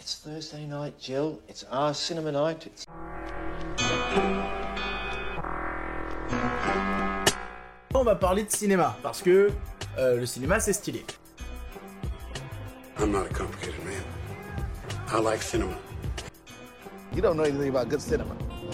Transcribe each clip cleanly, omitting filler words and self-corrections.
It's Thursday night, Jill. It's our cinema night. On va parler de cinéma, parce que le cinéma c'est stylé. I'm not a complicated man. I like cinema. You don't know anything about good cinema.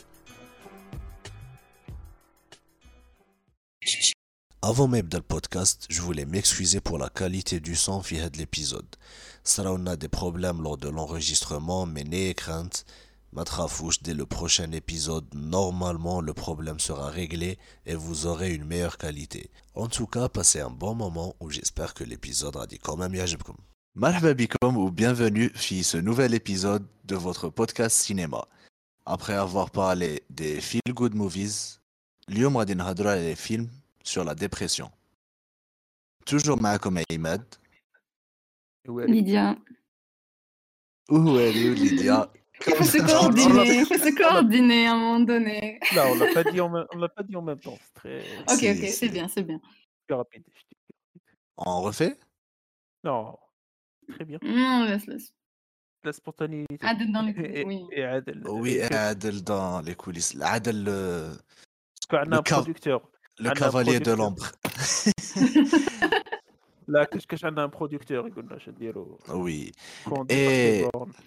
Avant même de le podcast, je voulais m'excuser pour la qualité du son via de l'épisode. Ça on a des problèmes lors de l'enregistrement, mais n'ayez crainte, matrafouche, dès le prochain épisode, normalement le problème sera réglé et vous aurez une meilleure qualité. En tout cas, passez un bon moment où j'espère que l'épisode a dit quand même yajibkoum. Marhaba bikoum ou bienvenue dans ce nouvel épisode de votre podcast cinéma. Après avoir parlé des feel good movies, اليوم غادي نهضروا على les films sur la dépression. Toujours معكم عماد. Lydia. Où est Lydia? Il faut se coordonner à un moment donné. Là, on l'a pas dit en même temps. C'est très. Ok, c'est bien. Plus rapide. On refait? Non, très bien. Non, laisse. La spontanéité. Adel dans les coulisses, oui. Et Adel. Oui, Adel dans les coulisses. Adel, Parce qu'on a un producteur. Le cavalier de l'ombre. Là, qu'est-ce qu'on a un producteur, يقولنا شو نديرو. Oui. Et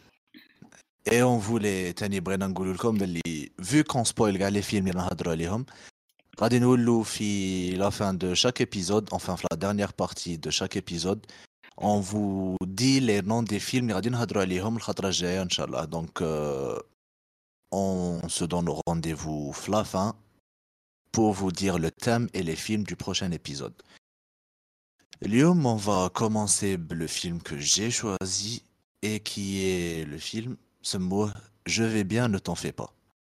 on voulait تاني بغينا نقول لكم باللي vu qu'on spoil كاع les films اللي نهضروا عليهم غادي نولوا في la fin de chaque épisode, enfin la dernière partie de chaque épisode, on vous dit les noms des films اللي غادي نهضروا عليهم الخطرة الجاية ان شاء الله. Donc on se donne rendez-vous la fin pour vous dire le thème et les films du prochain épisode. اليوم on va commencer le film que j'ai choisi et qui est le film ce mot Je vais bien, ne t'en fais pas.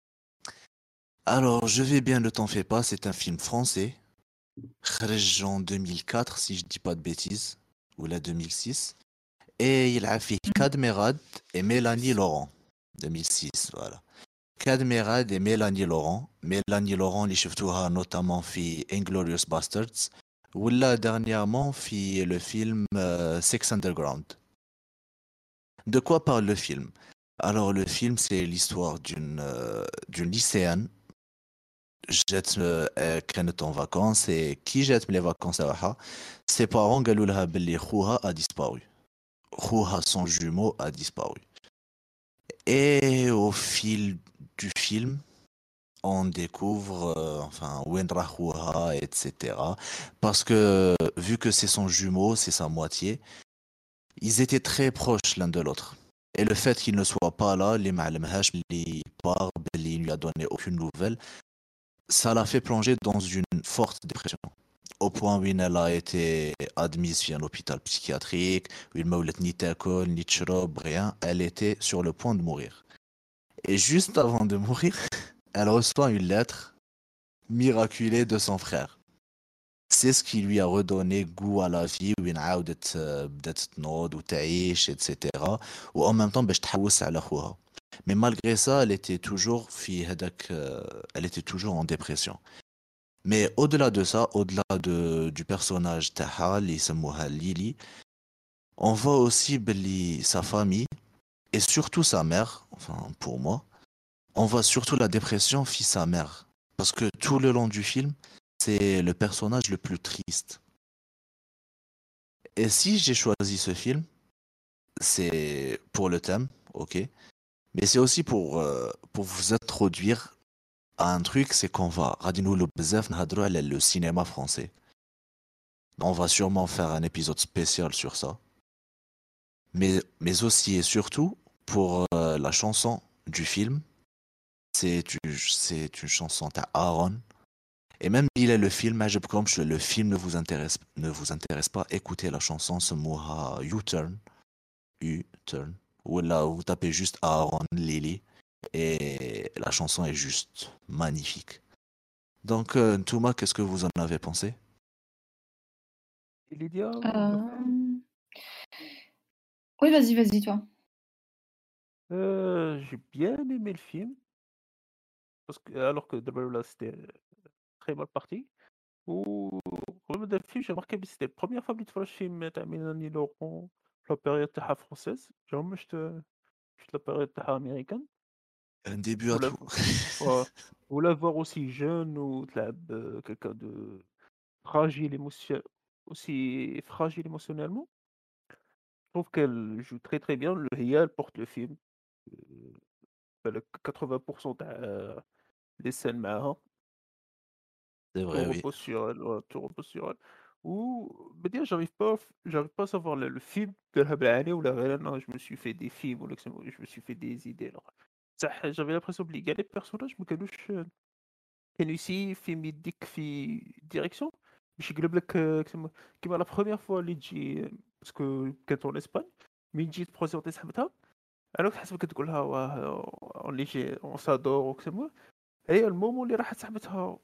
Alors, Je vais bien, ne t'en fais pas, c'est un film français, خرج en 2004 si je dis pas de bêtises, ou la 2006, et il a fait Kad Merad et Mélanie Laurent, 2006, voilà. Kad Merad et Mélanie Laurent, اللي شفتوها notamment في Inglourious Basterds, ou là dernièrement في le film Sex Underground. De quoi parle le film? Alors le film c'est l'histoire d'une lycéenne جات كانت en vacances et qui jette les vacances تاعها ses parents قالوا لها باللي خوها a disparu. خوها son jumeau a disparu. Et au fil du film on découvre enfin وين راه خوها etc. Parce que vu que c'est son jumeau, c'est sa moitié, ils étaient très proches l'un de l'autre. Et le fait qu'il ne soit pas là, les معلمهاش اللي part, اللي lui a donné aucune nouvelle, ça l'a fait plonger dans une forte dépression. Au point où elle a été admise dans un hôpital psychiatrique, où elle m'a ni تاكل, ni تشرب, rien. Elle était sur le point de mourir. Et juste avant de mourir, elle reçoit une lettre miraculée de son frère. C'est ce qui lui a redonné goût à la vie, وين عاودت بدات تنوض وتعيش etc. وen même temps باش تحوس على خوها. Mais malgré ça, elle était toujours elle était toujours en dépression. Mais au-delà de ça, au-delà du personnage تاعها اللي يسموها Lily, on voit aussi sa famille et surtout sa mère, enfin pour moi, on voit surtout la dépression fille sa mère. Parce que tout le long du film, c'est le personnage le plus triste. Et si j'ai choisi ce film, c'est pour le thème, ok, mais c'est aussi pour vous introduire à un truc, c'est qu'on va le cinéma français. On va sûrement faire un épisode spécial sur ça. Mais aussi et surtout pour la chanson du film. C'est une chanson d'Aaron. Et même s'il est le film, comme le film ne vous intéresse pas, écoutez la chanson, ce mot U-Turn. U-Turn. Ou là, vous tapez juste Aaron Lily et la chanson est juste magnifique. Donc, Ntouma, qu'est-ce que vous en avez pensé? Lydia. Oui, vas-y, toi. J'ai bien aimé le film. Parce que, alors que là, c'était très mal parti. Au le film, j'ai remarqué que c'était la première fois que je film تاع Mélanie Laurent, la période تاعها française. Genre, moi, toute la période américaine. Un début à Ou la, tout. ouais. Ou la voir aussi jeune ou quelqu'un de fragile aussi fragile émotionnellement. Je trouve qu'elle joue très très bien. Elle porte le film. Le 80% des scènes معاها. C'est Tout vrai, oui. repose sur elle, ouais, tout repose sur elle. Ou بديت j'arrive pas à savoir le film دارها بالعاني ولا غير أنا je me suis fait des films ولا je me suis fait des idées alors. صح j'avais l'impression بلي كاع les personnages ما كانوا فيلم يديك في ديريكسيون باش يقلب لك كيما لا بروميير فوا اللي تجي باسكو كانت اون اسباني مين تجي تبريزونتي صاحبتها انا كنت حاسبك تقول لها واه اللي جي اون سادور وكسمو هي المومون اللي راحت صاحبتها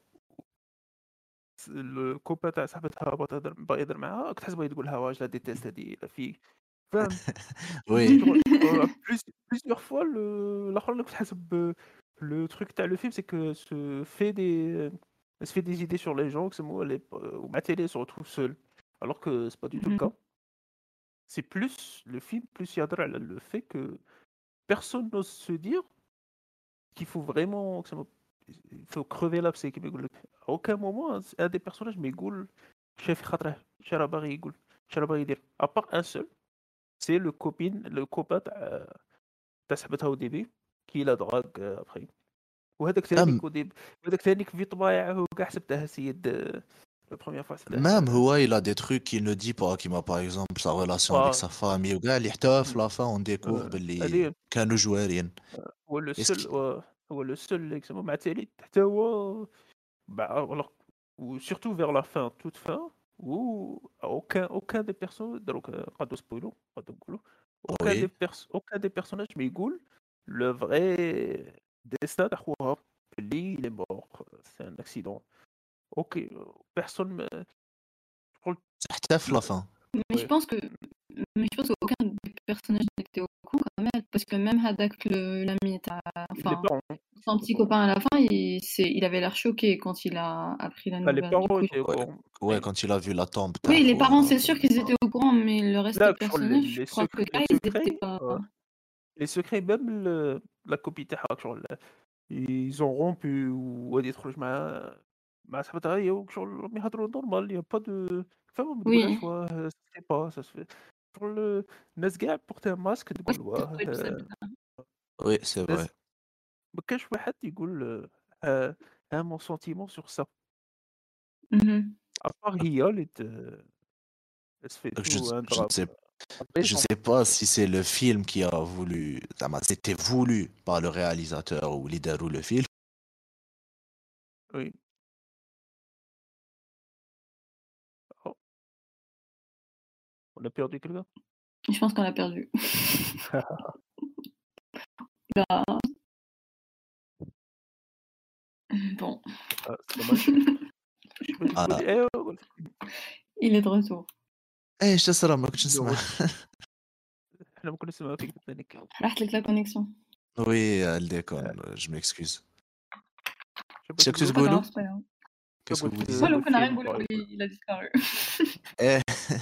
الكوبا تاع صاحبتها باغي يهضر معاها كنت حاسبها تقول لها واش لا ديتيست هادي لا في فاهم Oui, شغل plusieurs fois الاخر اللي كنت حاسب le truc تاع le film c'est que elle se fait des idées sur les gens que c'est moi ou ma télé se retrouve seule alors que c'est pas du tout le cas c'est plus le film plus يهضر على le fait que personne n'ose se dire qu'il faut vraiment que il faut crever l'abcès كيما يقول لك à aucun moment un des personnages ما يقول شايف خاطره شي راه باغي يقول شي راه باغي يدير à part un seul c'est le copain تاع صاحبتها au début qui la drague après وهذاك même, ثانيك وهذاك ثانيك في طبايعه وكاع حسبته سيد la première fois même هو, il a des trucs qu'il ne dit pas, qui m'a par exemple sa relation avec sa famille وكاع اللي حتى في la fin on découvre باللي هذه كانوا جوارين. هو لو Est-ce سول qu'il- هو لو سول اللي يسمى مع تالي حتى هو alors ou surtout vers la fin toute fin où aucun des personnages donc قعدوا سبويلو قعدوا نقولوا Oui, aucun des personnages ما يقول le vrai destin تاع خوها اللي il est mort c'est un accident ok personne حتى في la fin. Mais je pense que qu'aucun des personnages n'était au courant quand même, parce que même Hadak, l'ami, les enfin, parents son petit copain à la fin, il avait l'air choqué quand il a appris la les nouvelle. Du parents coup, étaient au Ouais, courant ouais, quand il a vu la tombe oui, تاع les parents, خوها. c'est sûr qu'ils étaient au courant, mais le reste là des personnages, je crois que là, ils étaient pas. les secrets même la copie تاعها شغل ils ont rompu وهادي تخرج مع صاحبتها هي وشغل يهضروا نورمال y a pas de فاهم ما Oui. تقولهاش واه سي با ça se fait شغل الناس كاع بورتي ان ماسك تقول واه Oui, c'est vrai. ما كانش واحد يقول un mon sentiment sur ça Mhm. à part هي اللي elle se fait Je, tout un je ne drame sais, je sais pas si c'est le film qui a voulu, c'était voulu par le réalisateur ou leader ou le film. oui oh. On a perdu quelqu'un Je pense qu'on a perdu. Là. Bon, c'est dommage je sais pas si تقول لي il est de retour. ايه ايش تصرى ما كنتش de نسمع. احنا ما كنا نسمعوا فيك ثانيك راحت لك la connexion. Oui, elle déconne, je m'excuse. je sais C'est que tu C'est pas Goulou? grave, c'est pas grave. Qu'est-ce que vous le disiez? Moi, le film, connard, il a disparu. Eh,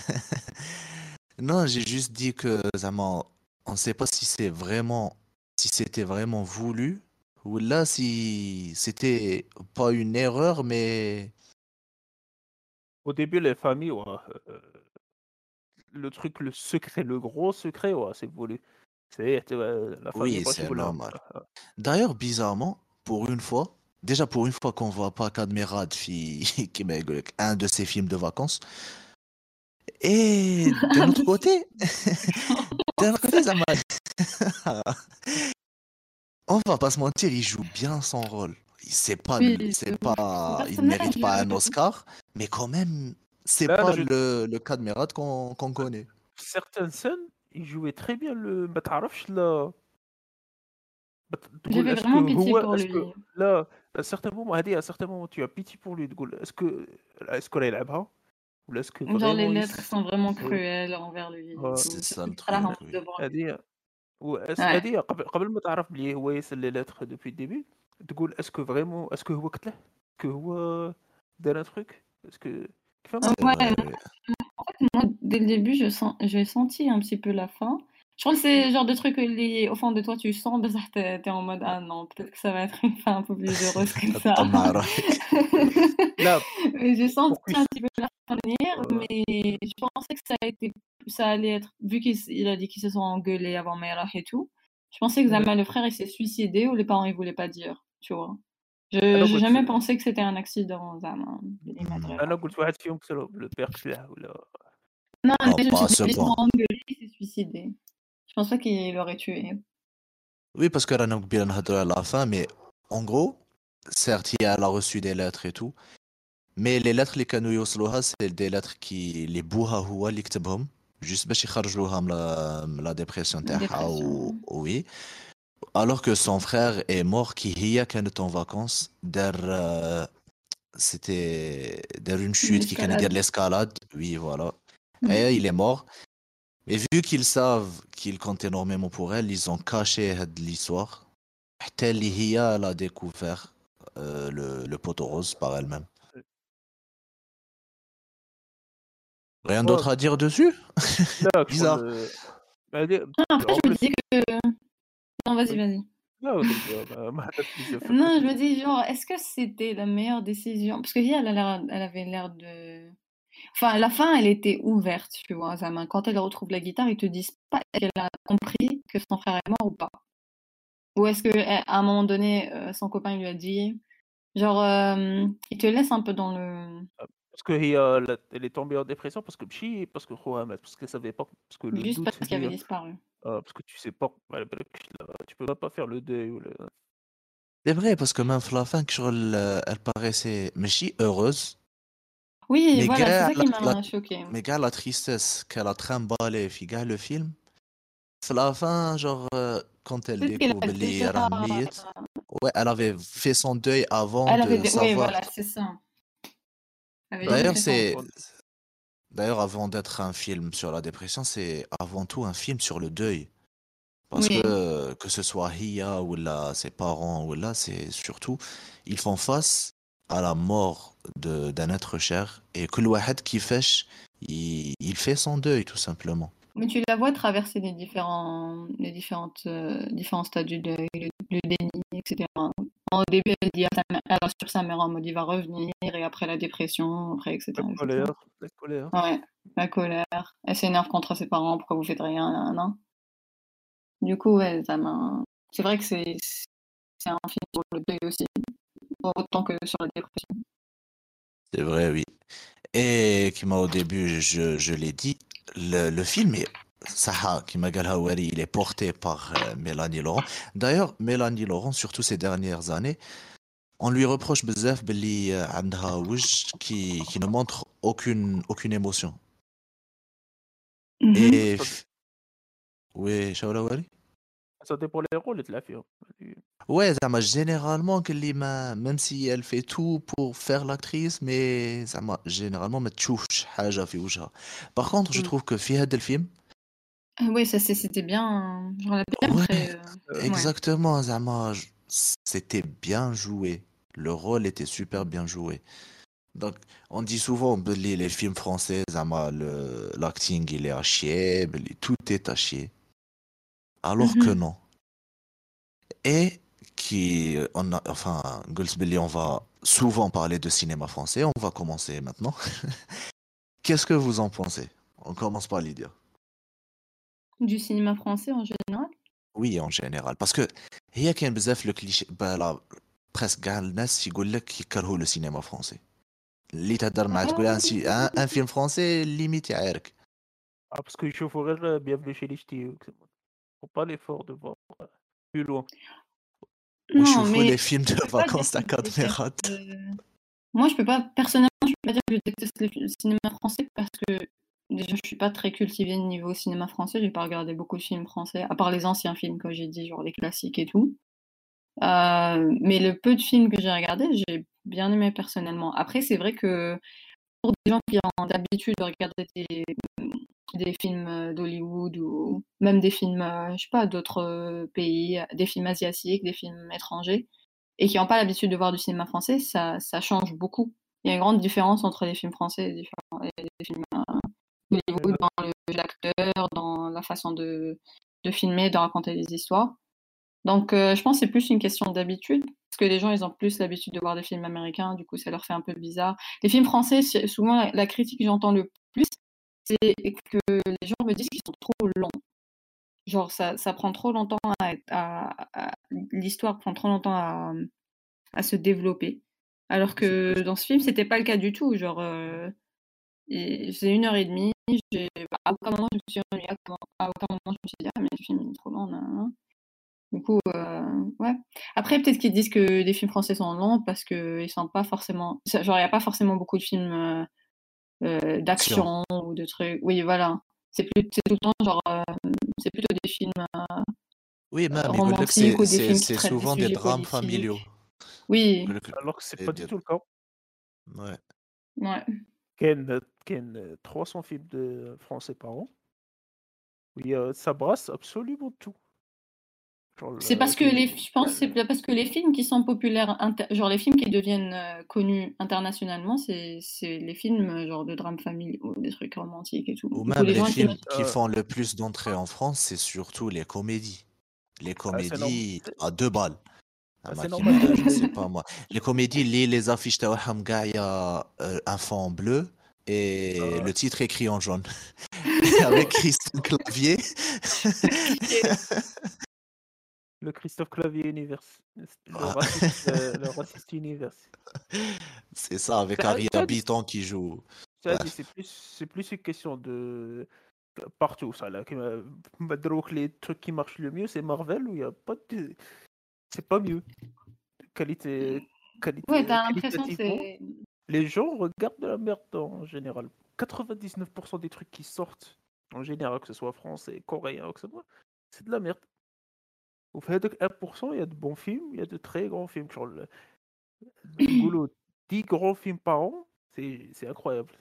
Non, j'ai juste dit que Zama, on ne sait pas si c'était vraiment voulu ou là si c'était pas une erreur, mais Au début, les familles, ouais, le truc, le gros secret, ouais, c'est voulu. C'est la famille oui, pas c'est chez là. normal. D'ailleurs, bizarrement, déjà pour une fois qu'on voit pas Kadmerad qui m'a un de ses films de vacances. Et d'un autre côté, Zama, on va pas se mentir, il joue bien son rôle. Oui, Il ne mérite pas un Oscar, mais quand même, c'est Là, pas là, le cas de Merad qu'on connaît. certaines scènes, il jouait très bien le ما تعرفش لا تقول j'avais est-ce vraiment que pitié هو pour est-ce que lui. là à certains moments هذه à certains moments tu as pitié pour lui تقول est-ce que يلعبها ولا est-ce que Genre, les vraiment lettres sont vraiment cruelles envers lui. Ouais. C'est ça le À la truc. honte Oui. devant lui. هذه Ouais. هذه قبل ما تعرف بلي هو يسال لي لاتر depuis le début تقول اسكو فريمون اسكو هو قتله اسكو هو دار ان تروك اسكو كيفاش Ouais, Ouais, moi, dès le début, j'ai senti un petit peu la fin. Je crois que c'est le genre de truc que au fond de toi tu sens, bah, t'es en mode ah non, peut-être que ça va être une fin un peu plus heureuse que ça. طمع روحك. لا J'ai senti pour que un petit peu la fin venir, euh, mais je pensais que ça allait être, vu qu'il a dit qu'ils se sont engueulés avant Merah et tout, je pensais que ouais. Zama le frère il s'est suicidé ou les parents ils voulaient pas dire, tu vois. انا J'ai قلت jamais pensé que c'était un accident, Zama. اللي ما دري انا روحه. قلت واحد فيهم كسر le père كسلاه ولا Non, Non, mais je me pas suis à ce dit, ils se sont point. engueulés, il s'est suicidé. Je pense pas qu'il l'aurait tué. Oui, parce que رانا قبيله نهضروا à la fin, mais en gros, certes, elle a reçu des lettres et tout, mais les lettres اللي كانوا يوصلوها c'est des lettres qui les بوها هو اللي كتبهم juste باش يخرجوها من la dépression La تاعها dépression. oui. Alors que son frère est mort qui هي كانت en vacances دار c'était دار une chute qui كان يدير L'escalade. l'escalade, oui voilà. Mm. Et il est mort. Et vu qu'ils savent qu'il compte énormément pour elle, ils ont caché l'histoire. حتى اللي هي elle a découvert le poteau rose par elle-même. Rien Ouais, d'autre à dire dessus? لا Bizarre. شغل هذه Ah, après, en je me plus dis que... Non, vas-y, oui. vas-y. لا ما هدرت بزاف في Non, je القصة. me dis, genre, est-ce que c'était la meilleure décision? Parce que hier, elle avait l'air de... Enfin, la fin, elle était ouverte, tu vois, Zama. Quand elle retrouve la guitare, ils te disent pas qu'elle a compris que son frère est mort ou pas. Ou est-ce que à un moment donné, son copain lui a dit... Genre, il te laisse un peu dans le... Parce que elle est tombée en dépression parce que ماشي parce que خوها مات parce qu'elle savait pas parce que le Juste doute parce qu'il avait disparu. parce que tu sais pas على بالك tu peux pas faire le deuil ولا C'est vrai, parce que même à la fin, elle paraissait ماشي heureuse, Oui, mais voilà, c'est gars, ça qui m'a choquée. mais gars, la tristesse qu'elle a trimballée في gars le film, à la fin, genre, quand elle Peut-être qu'elle découvre avait اللي déjà... راه ميت, ouais, elle avait fait son deuil avant Elle avait... de Oui, savoir. voilà, c'est ça. Elle avait déjà D'ailleurs, fait son... avant d'être un film sur la dépression, c'est avant tout un film sur le deuil. Parce Oui. que ce soit Hiya ou là, ses parents ou là, c'est surtout, ils font face à la mort d'un être cher et que le wahed qui fait, il fait son deuil tout simplement. Mais tu la vois traverser différents stades du deuil, le déni, etc. Au début, elle dit à elle rassure sa mère en mode il va revenir, et après la dépression, après, etc. la colère Ouais, la colère. Elle s'énerve contre ses parents, pourquoi vous faites rien, nan. Du coup, ouais, c'est vrai que c'est un film sur le deuil aussi, autant que sur la dépression. C'est vrai, oui. Et qui m'a au début, je l'ai dit, le film est Saha, qui m'a Hawari, il est porté par Mélanie Laurent. D'ailleurs, Mélanie Laurent, surtout ces dernières années, on lui reproche بزاف باللي عندها وجه qui ne montre aucune émotion. Mhm. Et oui, شاورا واري. ça dépend les rôles اللي تلعب فيهم Ouais, زعما généralement اللي ما même si elle fait tout pour faire l'actrice, mais زعما généralement ما تشوفش حاجة في وجهها. Par contre, je trouve que في هذا الفيلم, Oui, ça c'était bien, genre l'a bien ouais, montré. Ouais. exactement, زعما c'était bien joué. Le rôle était super bien joué. Donc, on dit souvent les films français, زعما l'acting il est à chier, tout est à chier. Alors que Mhm. non. Et enfin, Goldsbilly, on va souvent parler de cinéma français. On va commencer maintenant. Qu'est-ce que vous en pensez? On commence par Lydia. Du cinéma français en général. Oui, en général. Parce que, il y a qu'un bzaf le cliché, presque كاع الناس يقول لك يكرهوا le cinéma français. اللي تهضر معاه تقول un film français limite يعارك. parce que يشوفوا غير Bienvenue chez les Ch'tis faut pas l'effort de voir plus loin Non, ويشوفوا mais les films de je peux pas dire vacances que à je 4 déteste. ميرات. Moi, je peux pas, personnellement, je peux pas dire que je déteste le cinéma français parce que déjà, je suis pas très cultivée niveau cinéma français. J'ai pas regardé beaucoup de films français, à part les anciens films, comme j'ai dit, genre les classiques et tout. Mais le peu de films que j'ai regardé, j'ai bien aimé personnellement. Après, c'est vrai que pour des gens qui ont l'habitude de regarder des films d'Hollywood ou même des films, je sais pas, d'autres pays, des films asiatiques, des films étrangers, et qui n'ont pas l'habitude de voir du cinéma français, ça change beaucoup. Il y a une grande différence entre les films français et les films d'Hollywood dans le jeu d'acteur, dans la façon de de filmer, de raconter des histoires. Donc, je pense que c'est plus une question d'habitude, parce que les gens, ils ont plus l'habitude de voir des films américains, du coup, ça leur fait un peu bizarre. Les films français, souvent, la critique que j'entends le plus, c'est que les gens me disent qu'ils sont trop longs. Genre, ça prend trop longtemps l'histoire prend trop longtemps à se développer. Alors que dans ce film, c'était pas le cas du tout. Genre, c'est 1h30, à aucun moment je me suis ennuyée, à aucun moment je me suis dit, ah, mais le film il est trop long, nan. Du coup, ouais. Après, peut-être qu'ils disent que les films français sont longs parce qu'ils sont pas forcément. Genre, il n'y a pas forcément beaucoup de films d'action ou de trucs. Oui, voilà. C'est tout le temps, genre, c'est plutôt des films Oui, même, romantiques ou des films qui c'est traitent des souvent des sujets drames politiques. familiaux. Oui, Alors que c'est Et pas du tout le cas. Ouais. ouais. Ken, 300 films de français par an. Oui, ça brasse absolument tout. Genre, C'est parce que je pense que c'est parce que les films qui sont populaires, genre les films qui deviennent connus internationalement, c'est les films genre de drames familiaux, ou des trucs romantiques et tout. Ou Du coup, même les les gens ils films mettent- qui font le plus d'entrées en France, c'est surtout les comédies. Les comédies c'est à 2 balles. c'est Qui normal. me- je sais pas moi. Les comédies, les affiches تاعهم كاع il y a un fond en bleu et le titre écrit en jaune. Avec Christophe Clavier. Le Christophe Clavier univers. Ah. Le raciste univers. C'est ça, avec Ça- Harry ça, Habitant qui joue. Ça, Bref. c'est plus une question de partout ça là. Donc, les trucs qui marchent le mieux, c'est Marvel où il y a pas de... c'est pas mieux. Ouais, t'as l'impression que Qualitativement, c'est. les gens regardent de la merde en général. 99% des trucs qui sortent en général, que ce soit français, coréen, ou que ce soit, c'est de la merde. Au fait, 1%, il y a de bons films, il y a de très grands films. Genre, Goulot, 10 grands films par an, c'est incroyable.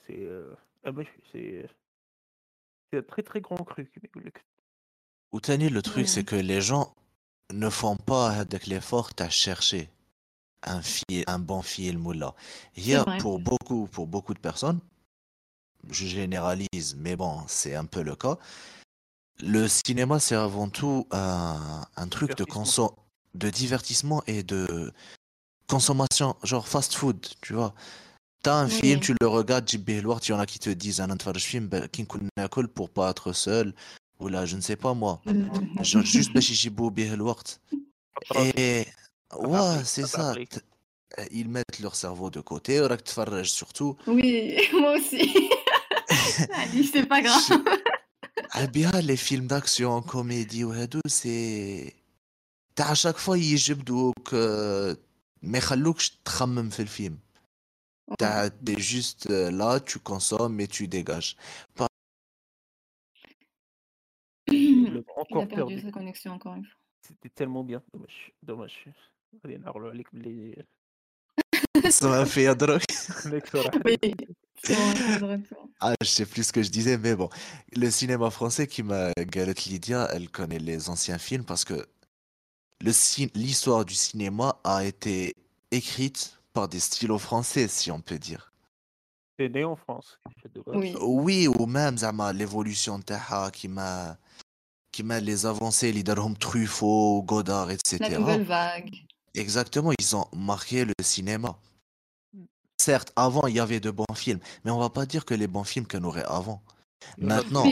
C'est un très très grand cru. Ou Tani, le truc, Ouais. c'est que les gens ne font pas avec l'effort à chercher un bon film ou là. Il y C'est a vrai. pour beaucoup de personnes, je généralise, mais bon, c'est un peu le cas. Le cinéma, c'est avant tout un truc de divertissement et de consommation, genre fast food, tu vois. T'as un film, Oui. tu le regardes, il y en a qui te disent un film, qui ناكل pour pas être seul, ou là, je ne sais pas moi. Genre juste باش يجيبوا بيه الوقت. Et ouais, c'est ça. Ils mettent leur cerveau de côté, وراك تتفرج surtout. Oui, moi aussi. Allez, c'est pas grave. bien les films d'action, comédie وهادو, c'est à chaque fois يجبدوك ما يخلوكش تخمم في الفيلم. T'es juste là, tu consommes et tu dégages. Il a Il a encore perdu perdu. sa connexion encore une fois. C'était tellement bien. Dommage. Allez, نعرضوا عليك بلي Ça m'a fait un drogue. ميك صراحة. Oui, c'est bon, c'est de retour. Ah, je sais plus ce que je disais, mais bon. Le cinéma français qui m'a galette Lydia, elle connaît les anciens films parce que l'histoire du cinéma a été écrite par des stylos français, si on peut dire. C'est né en France. Oui. Oui, ou même zama, l'évolution taha qui m'a les avancées, les darhom Truffaut, Godard, etc. La nouvelle vague. Exactement, ils ont marqué le cinéma. Certes, avant, il y avait de bons films, mais on va pas dire que les bons films qu'on aurait avant. Maintenant,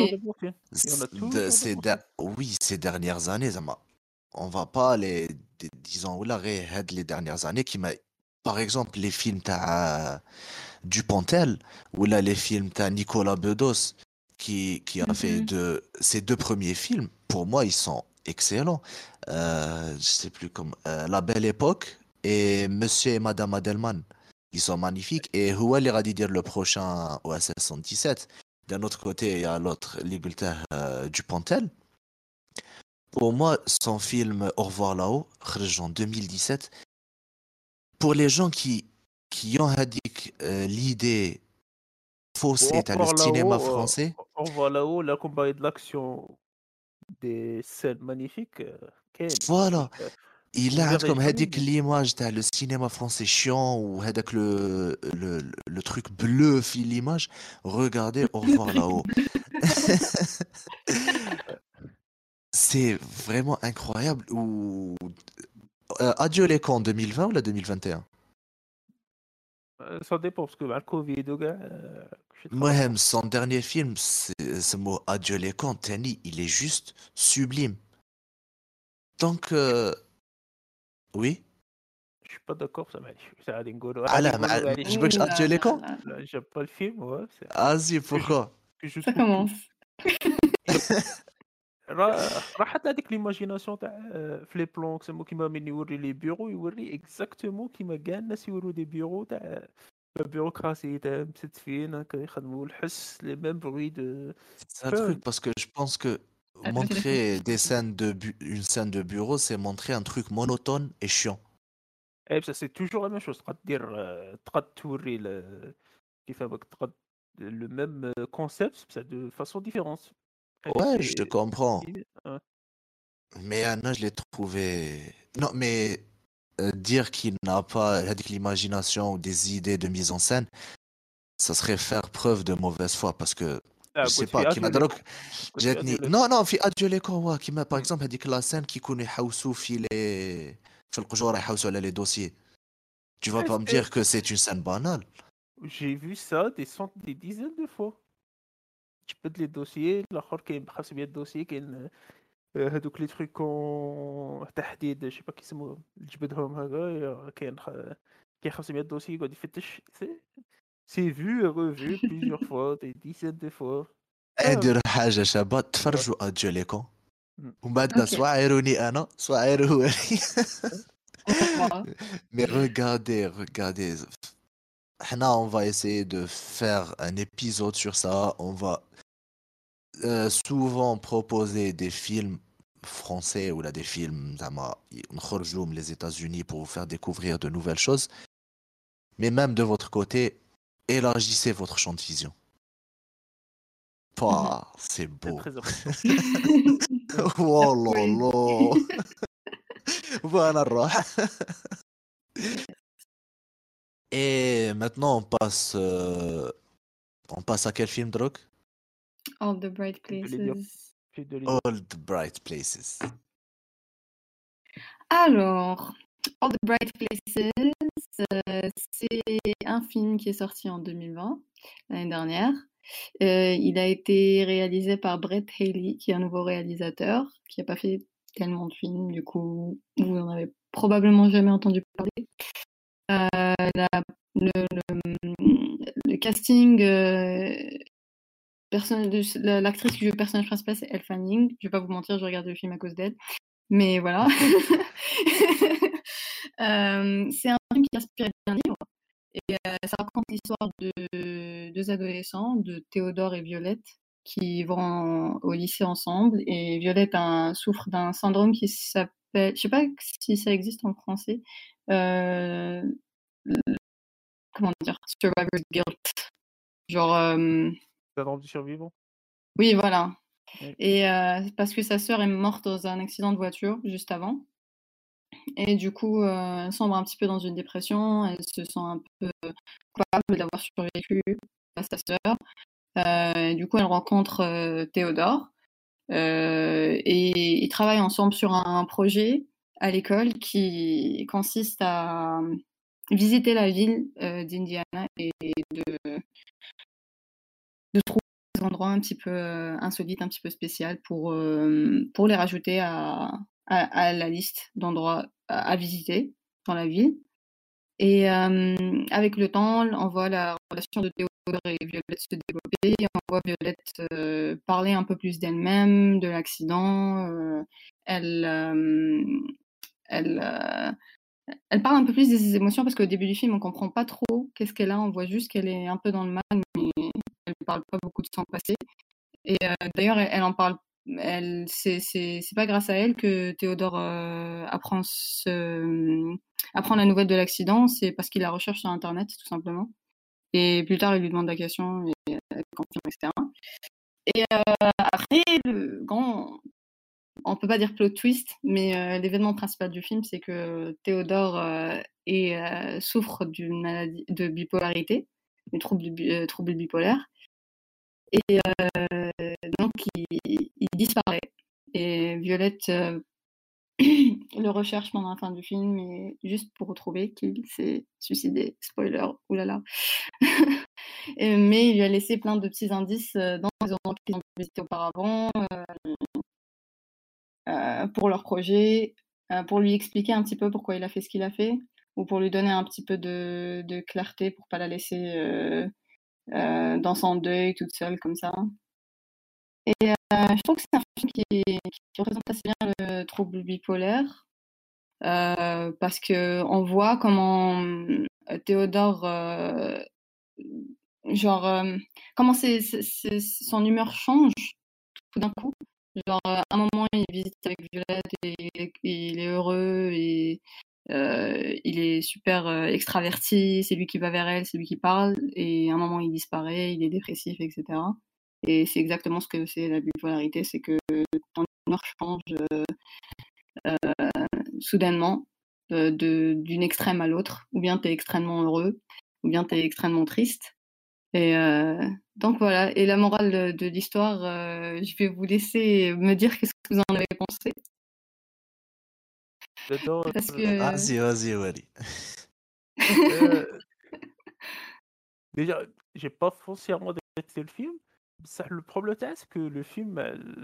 oui, ces dernières années, on va pas disons, les dernières années qui m'a, par exemple, les films Dupontel ou là les films Nicolas Bedos qui a fait ces 2 premiers films, pour moi, ils sont excellents. Je sais plus comment, La Belle Époque et Monsieur et Madame Adelman. Ils sont magnifiques. Et Houal ira dire le prochain OSS 117. D'un autre côté, il y a l'autre, l'Igulter Dupontel. Pour moi, son film Au revoir là-haut, en 2017, pour les gens qui ont l'idée faussée dans le cinéma français. Au revoir là-haut, là, comparé de l'action, des scènes magnifiques. Voilà. Il a comme l'image de le cinéma français chiant ou avec le truc bleu fil l'image. Regardez Au revoir là-haut. c'est vraiment incroyable. Adieu les cons, 2020 ou la 2021? Ça dépend, parce que مع الكوفيد وكاع مشيت Mohem, خلاص. son dernier film, c'est ce mot Adieu les cons, Tani, il est juste sublime. Donc, oui. Je suis pas d'accord, ça معليش. غادي نقولوا علاه معليش. ما جبكش Adieu Là, les là, cons? là. لا j'aime pas le film, ouais, c'est Vas-y, que je pourquoi? que je Ça trouve que commence. راه حتى هذيك ليماجيناسيون تاع في لي بلون كيما من يوري لي بيرو يوري اكزاكتومون كيما كاع الناس يوروا دي بيرو تاع بيروقراسي تاع مستفين هكا يخدموا الحس لي ميم بروي دو C'est un truc parce que je pense que Ah, le téléphone. montrer une scène de bureau, c'est montrer un truc monotone et chiant. اي بصح سي توجور لا ميم شوز تقد دير تقد توري كيفاه تقد لو ميم كونسيبت بصح دو فاسون ديفيرونت Ouais, je te سي comprends. Mais Anna, je l'ai trouvé. Non, mais dire qu'il n'a pas l'imagination ou des idées de mise en scène, ça serait faire preuve de mauvaise foi parce que je sais قلت pas, في qui m'a اديو donné. قلت في اديو Non, non, في adieu les cons, ouais, qui m'a par exemple dit que la scène qui connaît Haoussou في القجورة يحوسوا على les dossiers. Tu vas pas me dire que c'est une scène banale. J'ai vu ça des dizaines de fois. تجبد لي الدوسيي الاخر كاين ب500 دوسيي كاين هذوك لي تروك تحديد شي با كيسموهم تجبدهم هكا كاين 500 دوسيي يقعد يفتش سي فيو ريفو بليزيور فوا دي ديزين دو فوا ادير حاجة شباب تفرجوا adieu les cons. ومن بعد Ok. سواء عيروني أنا سواء عيروا هو. Voilà. Mais regardez. Hna, on va essayer de faire un épisode sur ça. On va souvent proposer des films français ou là des films نخرجوا من les États-Unis pour vous faire découvrir de nouvelles choses. Mais même de votre côté, élargissez votre champ de vision. Pouah, c'est C'est beau. très important. Oh là là. Voilà, الروح. Et maintenant, on passe à quel film, Drog? All the Bright J'allais dire. Places. J'ai de All the Bright Places. Alors, All the Bright Places, c'est un film qui est sorti en 2020, l'année dernière. Il a été réalisé par Brett Haley, qui est un nouveau réalisateur, qui n'a pas fait tellement de films, du coup, vous en avez probablement jamais entendu parler. Le casting, l'actrice qui joue le personnage principal, c'est Elle Fanning. Je vais pas vous mentir, je regarde le film à cause d'elle. Mais voilà. C'est un film qui est inspiré d'un livre. Et ça raconte l'histoire de deux adolescents, de Théodore et Violette, qui vont au lycée ensemble. Et Violette souffre d'un syndrome qui s'appelle, je sais pas si ça existe en français, comment dire, survivor's guilt. Genre, syndrome du survivant. oui, voilà. Oui. Et parce que sa sœur est morte dans un accident de voiture juste avant. Et du coup, elle sombre un petit peu dans une dépression. Elle se sent un peu coupable d'avoir survécu à sa sœur. Du coup, elle rencontre Théodore. Et ils travaillent ensemble sur un projet à l'école qui consiste à visiter la ville d'Indiana et de trouver des endroits un petit peu insolites, un petit peu spéciaux pour les rajouter à la liste d'endroits à visiter dans la ville. Et avec le temps, on voit la relation de Théodore et Violette se développer. On voit Violette parler un peu plus d'elle-même, de l'accident. Elle parle un peu plus de ses émotions parce qu'au début du film, on comprend pas trop qu'est-ce qu'elle a. On voit juste qu'elle est un peu dans le mal, mais elle parle pas beaucoup de son passé. Et d'ailleurs, elle en parle. C'est pas grâce à elle que Théodore apprend la nouvelle de l'accident, c'est parce qu'il la recherche sur Internet, tout simplement. Et plus tard, il lui demande la question et elle confirme, etc. Et après, le grand, on peut pas dire plot twist, mais l'événement principal du film, c'est que Théodore souffre d'une maladie de bipolarité, du trouble bipolaire. Et donc, il disparaît Et Violette le recherche pendant la fin du film, et juste pour retrouver qu'il s'est suicidé. Spoiler, oulala. Mais il lui a laissé plein de petits indices dans les endroits qu'ils ont visités auparavant pour leur projet, pour lui expliquer un petit peu pourquoi il a fait ce qu'il a fait, ou pour lui donner un petit peu de clarté pour pas la laisser dans son deuil toute seule comme ça. Et je trouve que c'est un film qui représente assez bien le trouble bipolaire, parce qu'on voit comment Théodore, comment son humeur change tout d'un coup. Genre, à un moment, il visite avec Violette et il est heureux et il est super extraverti, c'est lui qui va vers elle, c'est lui qui parle, et à un moment, il disparaît, il est dépressif, etc. Et c'est exactement ce que c'est la bipolarité, c'est que ton humeur change soudainement d'une extrême à l'autre, ou bien tu es extrêmement heureux, ou bien tu es extrêmement triste. Et donc voilà, et la morale de l'histoire, je vais vous laisser me dire qu'est-ce que vous en avez pensé. J'adore. Parce que... Vas-y, Wally. Déjà, j'ai pas foncièrement détesté le film. Ça, le problème, c'est que le film,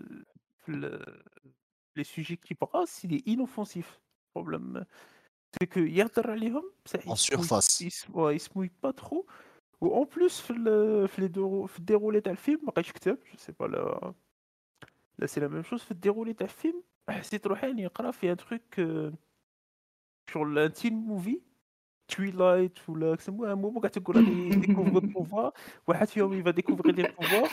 les sujets qu'il brasse, il est inoffensif. Le problème, c'est que يهضر عليهم بصح En surface. il se mouille pas trop. وen plus في الديرولي تاع الفيلم ما بقاش كتاب je sais pas là c'est la même chose في الديرولي تاع الفيلم حسيت روحي راني نقرا في ان تروك sur un teen movie Twilight ولا كسموها un moment قاعد تقول راني découvre le pouvoir واحد فيهم il va découvrir des pouvoirs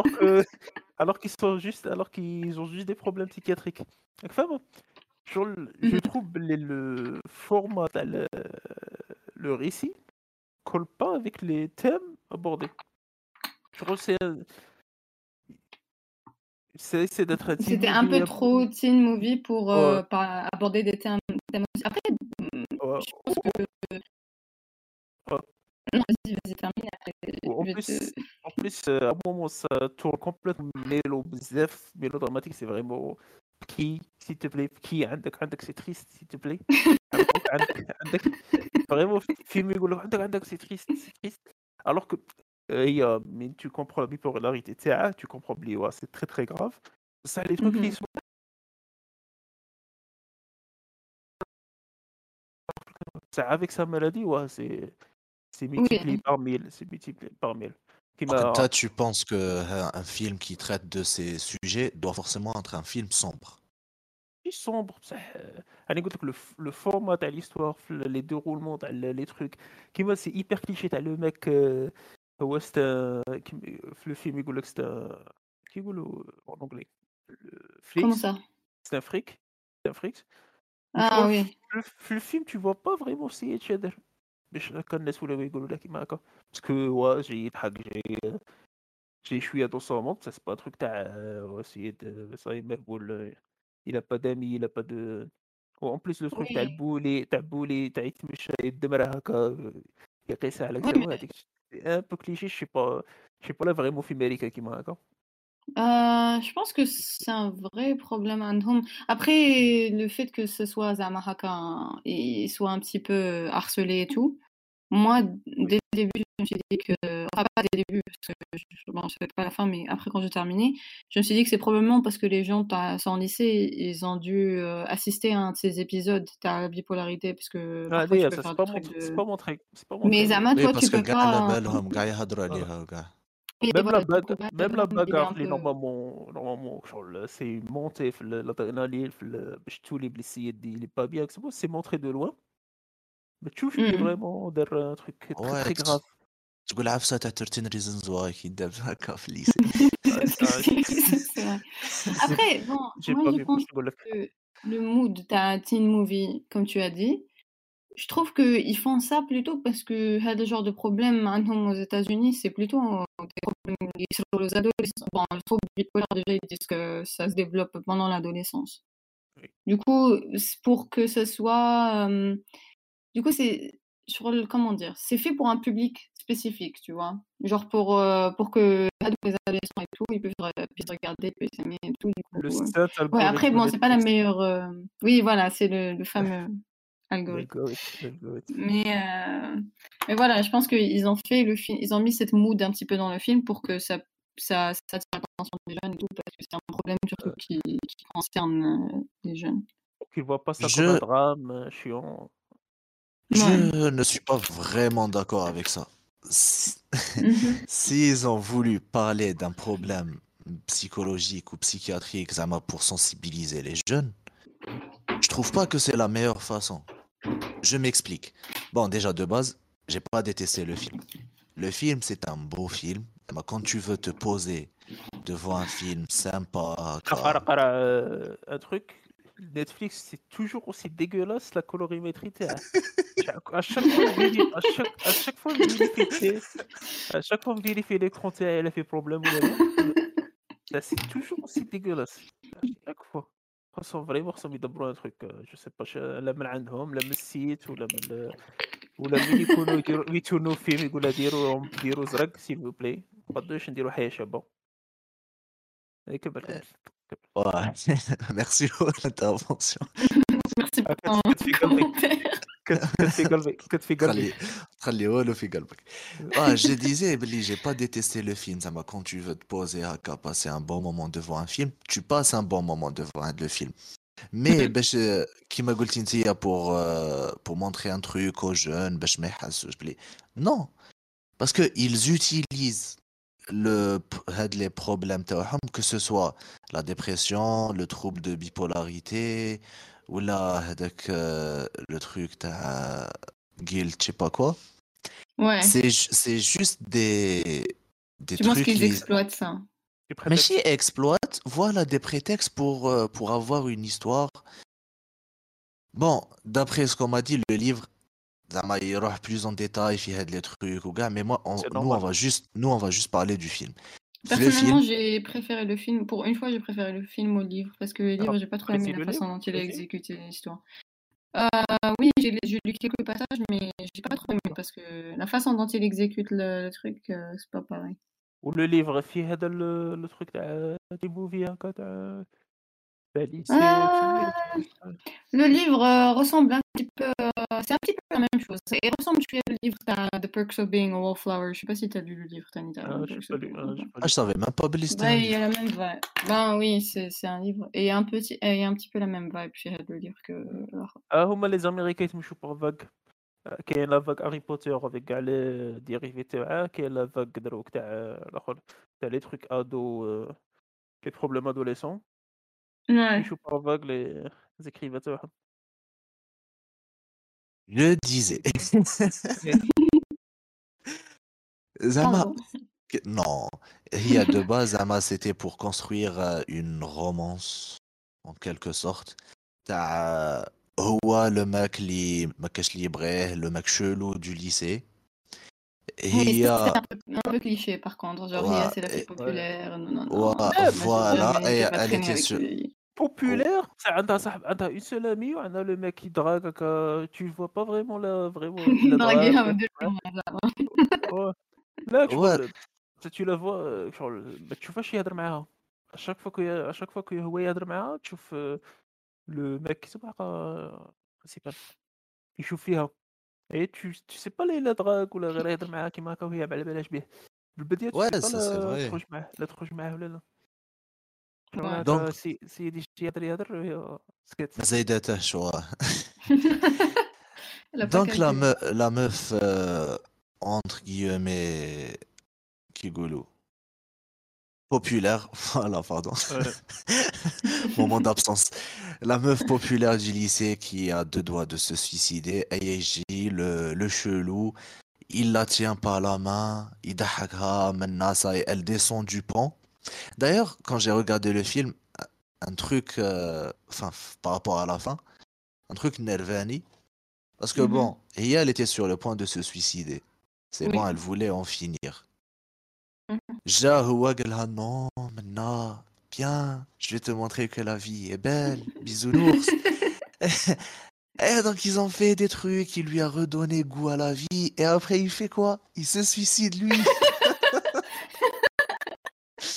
alors qu'ils ont juste des problèmes psychiatriques. Donc, فاهم je trouve le format تاع le récit colle pas avec les thèmes abordés. Je trouve c'est d'être un teen C'était un movie peu trop teen movie pour Ouais. aborder des thèmes. Après, Ouais. je pense que... Ouais. Non, vas-y, termine. Après, En plus, à un moment, ça tourne complètement mélodramatique, c'est vraiment qui, s'il te plaît, qui, عندك, c'est triste, s'il te plaît. عندك, vraiment, film عندك, c'est triste. Alors que mais tu comprends la bipolarité, tu comprends bien, ouais, c'est très très grave. Ça, les trucs qui sont avec sa maladie, ouais, c'est multiplié par 1000, c'est multiplié par 1000. Toi, tu penses qu'un film qui traite de ces sujets doit forcément être un film sombre? sombre بصح انا قلت لك le format تاع l'histoire les déroulements تاع les trucs كيما سي hyper cliché تاع le mec هو في الفيلم يقول لك كيقولوا en anglais Comment ça? c'est un fric Ah oui. في الفيلم tu vois pas vraiment سي يتشادر باش هكا الناس ولاو يقولوا لك كيما هكا باسكو وا جاي يضحك جاي شويه dans son monde ça c'est pas un truc تاع essayer de ça مهبول il a pas d'amis il a pas de en plus le truc تاع البولي تاع يتمشى يدمرها هكا يقيسها على كلامه هذيك un peu cliché je sais pas là vraiment film américain كيما هكا. Je pense que c'est un vrai problème عندهم. Après, le fait que ce soit زعما هكا et soit un petit peu harcelé et tout, moi, dès le début, je me suis dit que... Enfin, pas dès le début, parce que bon, je savais pas la fin, mais après, quand j'ai terminé, je me suis dit que c'est probablement parce que les gens sont en lycée, ils ont dû assister à un de ces épisodes, ta bipolarité, parce que parfois, tu peux faire des trucs de... c'est pas montré. Mais Zama, toi, tu peux pas... Même la bagarre, normalement, c'est monté, l'adrénaline, tous les blessés, il est pas bien, c'est montré de loin. Mais tu vois vraiment un truc très très grave. تقول عفسة تاع 13 reasons why qui داب هكا في الليسي. Après, bon, moi je pense que le mood d'un teen movie, comme tu as dit, je trouve qu'ils font ça plutôt parce que le genre de problème aux États-Unis, c'est plutôt des problèmes sur les adolescents. Bon, le trouble bipolaire, déjà, ils disent que ça se développe pendant l'adolescence. Oui. Du coup, pour que ce soit... du coup, c'est... Comment dire? C'est fait pour un public spécifique, tu vois. Genre pour que pas tous les adolescents et tout, ils peuvent regarder, ils peuvent s'aimer et tout, du coup. Le Ouais. saint Ouais, algorithme après, de bon, c'est pas la Netflix. meilleure. Oui, voilà, c'est le fameux algorithme. L'algorithme. Mais voilà, je pense qu'ils ont fait le film, ils ont mis cette mood un petit peu dans le film pour que ça attire l'attention des jeunes et tout, parce que c'est un problème surtout qui concerne les jeunes. Qu'ils voient pas ça comme un Je, drame chiant. Ouais. je ne suis pas vraiment d'accord avec ça. Si- Mhm. S'ils ont voulu parler d'un problème psychologique ou psychiatrique, Zama, pour sensibiliser les jeunes, je trouve pas que c'est la meilleure façon. Je m'explique. Bon, déjà de base, j'ai pas détesté le film. Le film, c'est un beau film. Zama, quand tu veux te poser devant un film sympa, Un truc, Netflix, c'est toujours aussi dégueulasse la colorimétrie. À chaque fois, à chaque fois, à chaque fois, je vérifie l'écran, elle a fait problème ou là, c'est toujours aussi dégueulasse. À chaque fois. خاصهم يدبروا un truc, je sais pas, لا من عندهم لا من السيت ولا مين يتونوا فيلم يقول ديروا زرق s'il vous plaît. ما نقدروش نديروا حياة شابة. كمل. Ouais. Merci pour l'intervention. Merci pour ton كتفي قلبي commentaire. كتفي قلبي. خلي والو في قلبك. Ah, je disais, Billy, j'ai pas détesté le film. Ça m'a, quand tu veux te poser à passer un bon moment devant un film, tu passes un bon moment devant le film. Mais qui m'a dit pour montrer un truc aux jeunes, ما يحسوش بلي. Non, parce que ils utilisent les problèmes تاعهم, que ce soit la dépression, le trouble de bipolarité ou là le truc تاع guilt, je sais pas quoi. Ouais, C'est juste des tu penses trucs qu'ils exploitent ça. mais si exploitent, voilà des prétextes pour avoir une histoire. Bon, d'après ce qu'on m'a dit, le livre, زعما يروح plus en détail في هاد les trucs ou gars, mais moi, C'est nous normal. on va juste parler du film. Le Personnellement, film, j'ai préféré le film. Pour une fois, j'ai préféré le film au livre parce que le livre, j'ai pas trop aimé Précis la le façon livre, dont il a précis. exécuté l'histoire. Oui, j'ai lu quelques passages, mais j'ai pas trop aimé parce que la façon dont il exécute le truc, c'est pas pareil. ولو ليفغ فيه هذا لو تروك تاع دي موفي هكا تاع ليسي Le livre ressemble un petit peu, c'est un petit peu la même chose. Il ressemble au livre The Perks of Being a Wallflower. Je sais pas si tu as lu le livre, Tanita. j'ai pas lu. je savais même pas Billy, c'était un Ouais, il y livre. a la même vibe. Ben oui, c'est un livre. Et il y a un petit peu la même vibe chez le livre que l'autre. هما لي زاميريكان يتمشوا باغ فاك. كاين لا فاك هاري بوتر افيك كاع لي ديريفي تاعها، كاين لا فاك دروك تاع الاخر تاع لي تروك ادو لي بروبليم ادوليسون Ouais. يمشوا باغ فاك لي زيكريفا تاعهم. Je disais. Zama, Pardon. non, il y a de base, Zama, c'était pour construire une romance, en quelque sorte. تاع هو le mec اللي ما كاش اللي يبغيه, le mec chelou du lycée. Oui, هي ça, c'est un peu cliché par contre. Genre, Ria, Ouais, c'est la fille et- populaire. Non, non, ouais, non. Moi, voilà, et j'ai pas elle traîné était avec sur... lui. Populaire, ça عندها صاحب عندها une seule amie وعندها le mec qui drague هكا tu vois pas vraiment la Draguer drague. un de lui, Ouais. لا Ouais, شغل tu la vois شغل ما تشوفهاش يهضر معاها. à chaque fois que هو يهضر معاها تشوف le mec qui سمعها principal يشوف فيها. et tu sais pas لا drague ولا غير يهضر معاها كيما هكا وهي ما على بالهاش به. بالبداية tu ouais, sais pas ça c'est vrai. تخرج معاه ولا لا. شغل Ouais. Donc, هكا سيدي يهضر وهي سكت. زايدته شوية. Elle a pas Donc calculé. la meuf, entre guillemets, qui goulou, populaire, voilà, pardon, moment d'absence. La meuf populaire du lycée qui a deux doigts de se suicider, Ayeji, le chelou, il la tient par la main, il dahakha, maintenant ça, elle descend du pont. D'ailleurs, quand j'ai regardé le film, un truc, enfin, par rapport à la fin, un truc nervani, parce que bon, Ria, elle était sur le point de se suicider. C'est Oui. bon, elle voulait en finir. Mhm. Ja, هو قالها non, maintenant, viens, je vais te montrer que la vie est belle, bisounours. Et donc ils ont fait des trucs, il lui a redonné goût à la vie, et après il fait quoi? Il se suicide lui.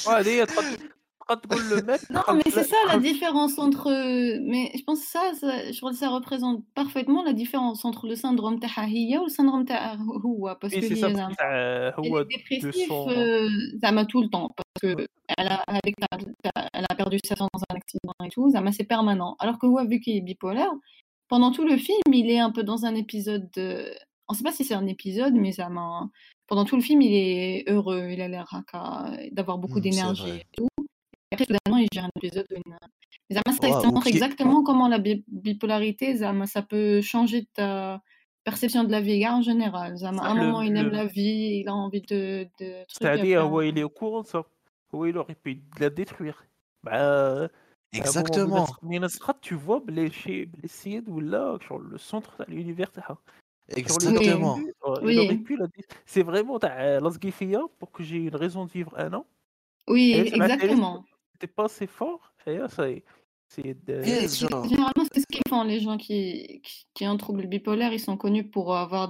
هذه هي تقدر تقول له مات Non, mais c'est ça la différence entre. Mais je pense que je crois que ça représente parfaitement la différence entre le syndrome تاعها هي و le syndrome تاعها هو parce Oui, que c'est ça, هي parce que زعما هو elle est de dépressive son زعما tout le temps parce que elle a perdu sa femme dans un accident et tout, زعما c'est permanent. Alors que هو vu qu'il est bipolaire, pendant tout le film, il est un peu dans un épisode on sait pas si c'est un épisode, mais زعما pendant tout le film, il est heureux, il a l'air d'avoir beaucoup C'est d'énergie vrai. et tout. Et après, soudainement, il gère un épisode où Zama, ça Ouais, ou montre exactement comment la bipolarité, Zama, ça peut changer ta perception de la vie en général. Zama, à صح un moment, il aime le la vie, il a envie de trucs, et c'est-à-dire après, هو il est au courant de ça. هو il aurait pu la détruire. À un moment exactement. من السخط tu vois بلي السيد ولا شغل le centre تاع l'univers تاعها. Genre, Oui, Exactement. il aurait oui, pu c'est vraiment تاع لاصقي فيا pour que j'ai une raison de vivre un an. Et oui, ça m'a télé exactement. c'était pas assez fort. Et là, ça c'est de Yes, genre. Généralement, c'est ce qu'ils font, les gens qui ont un trouble bipolaire, ils sont connus pour avoir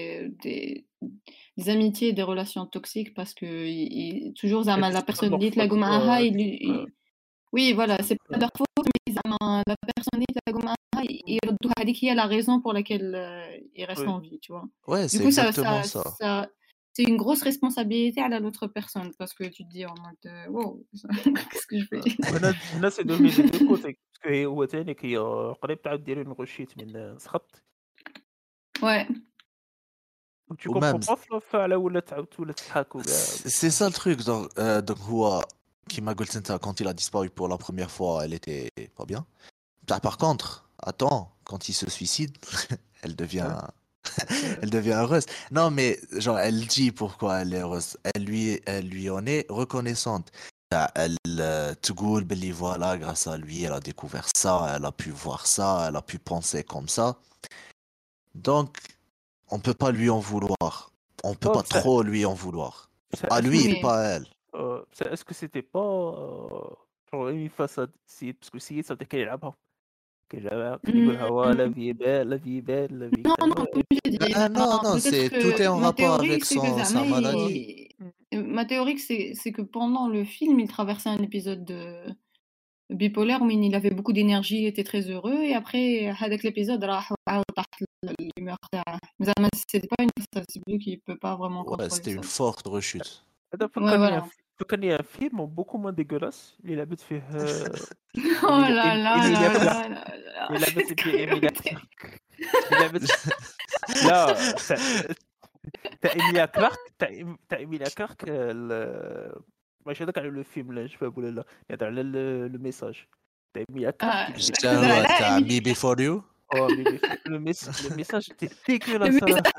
des amitiés et des relations toxiques parce que toujours, Zama, la personne dit la gomaha, oui, voilà, c'est pas leur faute, mais زعما la personne اللي تلاقوا معاها يردوا هذيك هي la raison pour laquelle ils restent Oui. en vie, tu vois. Ouais, Du c'est coup, exactement ça. c'est une grosse responsabilité à l'autre personne parce que tu te dis en mode wow, qu'est-ce que je fais? هنا c'est donné des deux côtés. Parce que هو تاني قريب تعاود ديري نغشيت من سخط. Ouais. Donc tu Ou comprends même, pas في على ولا تضحك وكاع. c'est ça le truc. Donc, Hua, Kima Goldsenta, quand il a disparu pour la première fois, elle était pas bien. Par contre, attends, quand il se suicide, elle devient, elle devient heureuse. Non, mais genre, elle dit pourquoi elle est heureuse. Elle lui en est reconnaissante. Elle تقول باللي voilà, grâce à lui, elle a découvert ça, elle a pu voir ça, elle a pu penser comme ça. Donc, on peut pas lui en vouloir. On peut Non, pas trop lui en vouloir. À lui, Oui. pas à elle. est-ce que c'était pas genre une façade parce que si ça كان يلعبها كان يقولها la vie est belle, la vie est belle, la vie Non, est non, comme j'ai dit, Non, non, peut-être tout est en ma rapport théorie, avec c'est que sa Zama, maladie. ma théorie, c'est que pendant le film, il traversait un épisode bipolaire où il avait beaucoup d'énergie, il était très heureux, et après, avec l'épisode, l'humeur تاعه. زعما c'était pas une sensibilité qui peut pas vraiment Ouais, contrôler c'était ça. une forte rechute. هذا Ouais, voilà. فكرني un film beaucoup moins dégueulasse اللي لعبت فيه Oh là là Emilia là Clarke. là là. اللي لعبت فيه إيميليا كلارك. اللي لعبت لا تاع إيميليا كلارك تاع إيميليا كلارك ماشي هذاك على لو فيلم لا شباب ولا لا هذا على لو ميساج تاع إيميليا كلارك J'étais à Me Before You. le message était dégueulasse.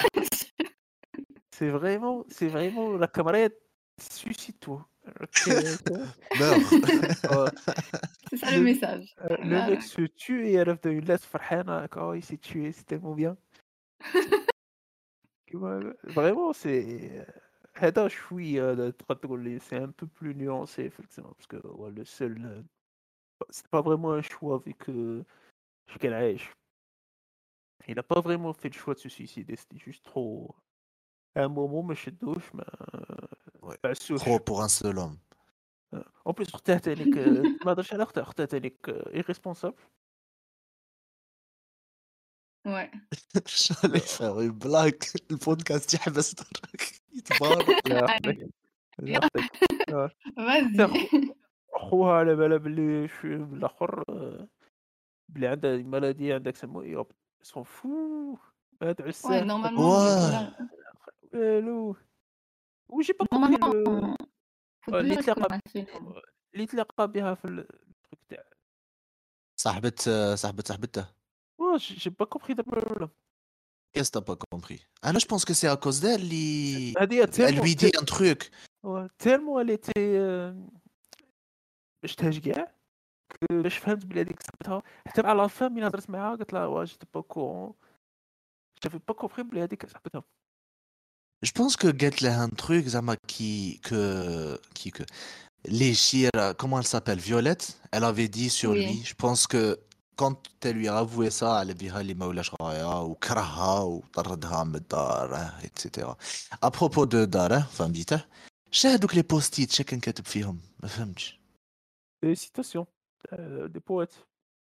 C'est vraiment la camarade suicide-toi. Meurs. C'est ça le message. Le mec se tue et elle a une lettre فرحانة oh il s'est tué c'est tellement bien. Vraiment c'est هذا شوية تقدر تقول لي c'est un peu plus nuancé effectivement parce que ouais, le seul c'est pas vraiment un choix vu que je كان عايش. Il a pas vraiment fait le choix de se suicider, c'était juste trop à un moment ما شدوش ما Ouais, بعسوش. trop pour un seul homme. En plus اختها تانيك ما هضرش على اختها تانيك irresponsable. Ouais. J'allais faire une blague. Le podcast يحبس يتبارك. لا ياخذك Vas-y. اخوها على بالها باللي الاخر بلي عندها مالادي عندك سمو يوب سون فو هاد Ouais, عساك normalement, Ouais. والو وجي با كومبري normalement, faut اللي toujours تلاقى être اللي تلاقى بها في التروك تاع صاحبته. j'ai pas compris دابا ولا Qu'est-ce que t'as pas compris? Ah non, je pense que c'est à cause d'elle. هادي Elle lui dit un truc. تيرمو elle était شتهاش كاع باش فهمت بلي هذيك صاحبتها حتى مع لا فام ملي هضرت معاها قالت لها واش جيت با كورون j'avais pas compris بلي هذيك صاحبتها. Je pense que قالت له un truc زعما que les Shira, comment elle s'appelle, Violette, elle avait dit sur Oui. lui. Je pense que quand elle lui a avoué ça, elle بها اللي ما ولاش رايها وكرهها وطردها من الدار, etc. À propos de داره, فهمتيه, شاهدوك لي بوستيت شكن كاتب فيهم ما فهمتش. Des citations des poètes.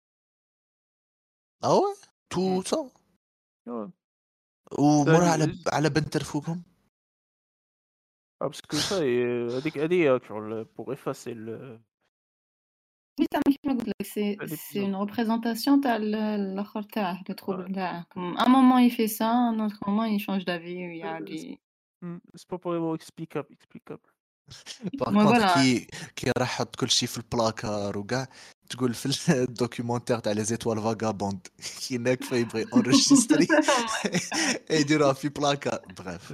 اه ouais tout ça Ouais. ومرة Ça, على بنت رفوقهم. Ah, parce que ça, هذيك pour effacer Oui, ça m'a قلت لك c'est l'épisode. une représentation تاع الآخر تاعه le trouble Ouais. تاعه. Comme un moment il fait ça, un autre moment il change d'avis, il y a des C'est pas vraiment explicable. باغ ouais, كونتر voilà. كي راح حط كل شيء في البلاكار وكاع تقول في الدوكيومونتير تاع لي زيتوال فاغابوند كي ناك يبغي اونريجيستري يديروها في بلاكار بريف.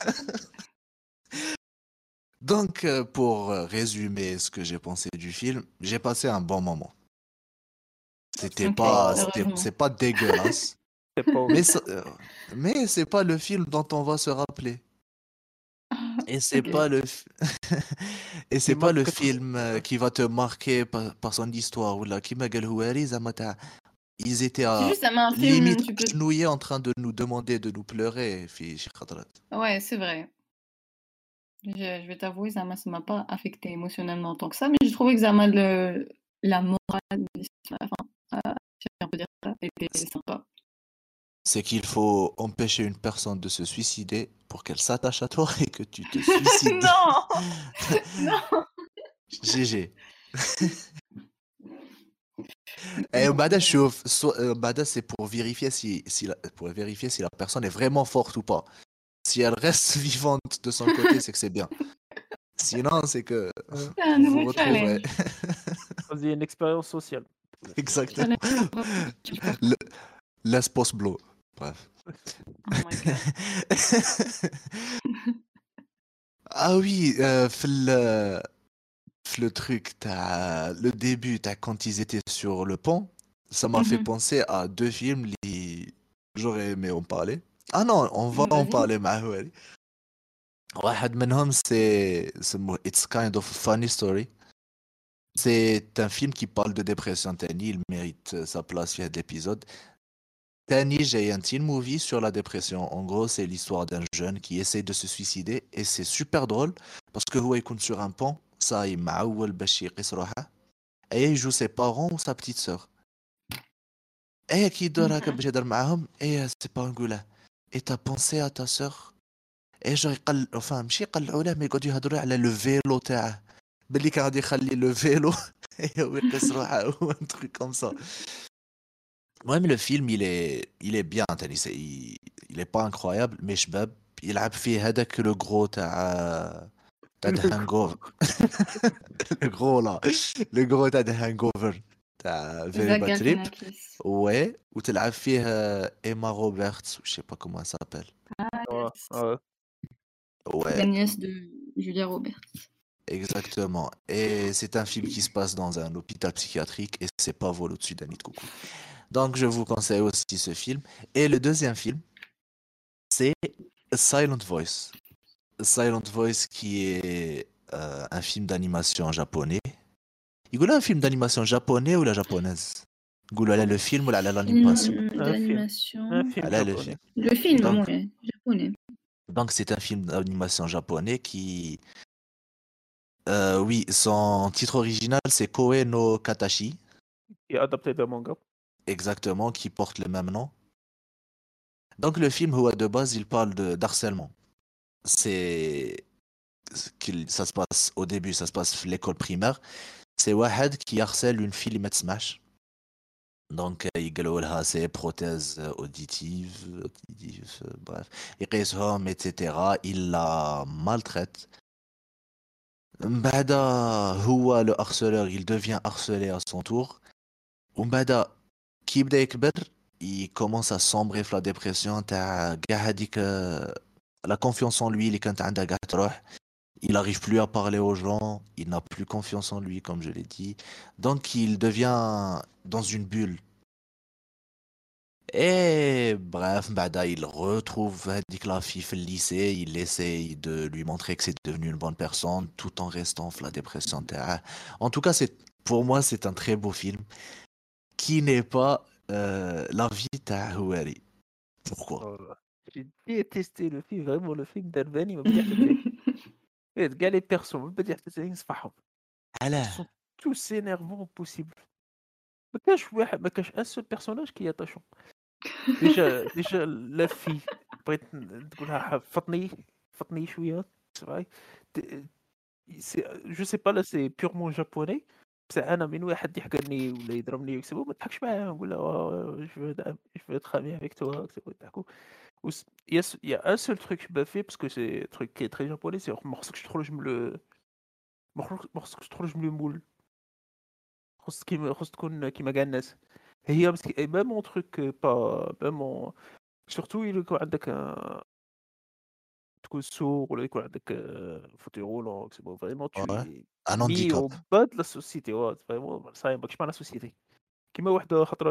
Donc, pour résumer ce que j'ai pensé du film, j'ai passé un bon moment. C'était Ok, pas, heureusement. c'est pas dégueulasse, C'est pas mais c'est pas le film dont on va se rappeler. Et c'est Ok. pas le, et c'est Il pas le marque film qui va te marquer par son histoire ou là, qui m'a galhouari, ils étaient C'est à juste ça m'a un film, limite tu peux. agenouillés en train de nous demander de nous pleurer. Ouais, c'est vrai. Je vais t'avouer, ça m'a pas affecté émotionnellement tant que ça, mais j'ai trouvé que Zama, la morale de l'histoire, enfin, si on peut dire ça, était sympa. C'est qu'il faut empêcher une personne de se suicider pour qu'elle s'attache à toi et que tu te suicides. Non Non GG. Et Bada, Bada, c'est pour vérifier pour vérifier si la personne est vraiment forte ou pas. Si elle reste vivante de son côté, c'est que c'est bien. Sinon, c'est que C'est un vous nouveau vous retrouverez. challenge. C'est une expérience sociale. Exactement. L'espoce blow. Bref. Oh my god. Ah oui, le truc, le début, quand ils étaient sur le pont, ça m'a fait penser à deux films, j'aurais aimé en parler. Ah non, on va en Vas-y. parler, Mahouali. واحد منهم c'est It's kind of a funny story. C'est un film qui parle de dépression. Tani, il mérite sa place via l'épisode. Tani, j'ai un teen movie sur la dépression. En gros, c'est l'histoire d'un jeune qui essaie de se suicider et c'est super drôle parce que هو يكون sur un pont, ça il معول باش يقيس روحه et il joue ses parents ou sa petite sœur. Et qui يدور هكا باش يهضر معاهم et c'est pas نقوله. Et t'as pensé à ta sœur? Et genre enfin ماشي يقلعوا له mais يقعدوا يهضروا على le vélo تاعه. باللي كان غادي يخلي le vélo ويقيس روحه ou un truc comme ça. Ouais, mais le film, il est bien, Tani, il est pas incroyable, mais شباب يلعب فيه هذاك le gros تاع The Hangover. Le gros là, le gros تاع The Hangover تاع Very Zach Bad Trip. Galifianakis. Ouais, وتلعب فيه Emma Roberts, je sais pas comment elle s'appelle. Ouais. Ouais, La nièce de Julia Roberts. exactement. Et c'est un film qui se passe dans un hôpital psychiatrique et c'est pas vol au-dessus d'un nid de coucou. Donc je vous conseille aussi ce film. Et le deuxième film, c'est A Silent Voice. A Silent Voice qui est un film d'animation japonais. Il y a un film d'animation japonais ou la japonaise? Il y a le film ou l'animation? D'animation. Un film Ah là, le japonais. film. Le film, Donc- ouais, japonais. Donc c'est un film d'animation japonais qui... oui, son titre original c'est Koe no Katashi, Qui est adapté d'un manga. exactement, qui porte le même nom. Donc le film, de base, il parle d'harcèlement. Ça se passe au début, ça se passe à l'école primaire. C'est Wahed qui harcèle une fille qui smash. Donc il a ses prothèses auditives, bref, il قيسهم, etc. Il la maltraite. بعد هو le harceleur, il devient harcelé à son tour. وبعد كي يبدا يكبر il commence à sombrer في la dépression تاع كاع هذيك la confiance en lui اللي كانت عنده قاع تروح. Il n'arrive plus à parler aux gens, il n'a plus confiance en lui comme je l'ai dit. Donc il devient dans une bulle. Et bref, بعدا il retrouve هذيك la fille في lycée, il essaye de lui montrer que c'est devenu une bonne personne tout en restant dans la dépression تاعه. En tout cas, pour moi c'est un très beau film qui n'est pas la vie تاع هواري. Pourquoi? J'ai détesté le film, vraiment le film d'Albany m'a bien fait. كاع les persos من بعد حتى صباحهم ils علاه sont tous énervants au possible. ما كانش un seul personnage qui est attachant. ديجا لا في بغيت تقولها فطني شوية صافي ت سي جو سي با لا سي purement japonais بصح أنا من واحد يحقرني ولا يضربني ويكسبو ما نضحكش معاه نقول له je veux être ami avec toi ونضحكو il y a un seul truc je me fais parce que c'est un truc qui est très japonais c'est ما خصكش تخرج من المول خص تكون كيما كاع الناس هي même mon truc pas même mon surtout إلا يكون عندك تكون سوق ولا يكون عندك fauteuil roulant c'est bon vraiment tu ouais es un mis handicap au bas de la société vraiment ça ماكش مع la société كيما وحدة خطرة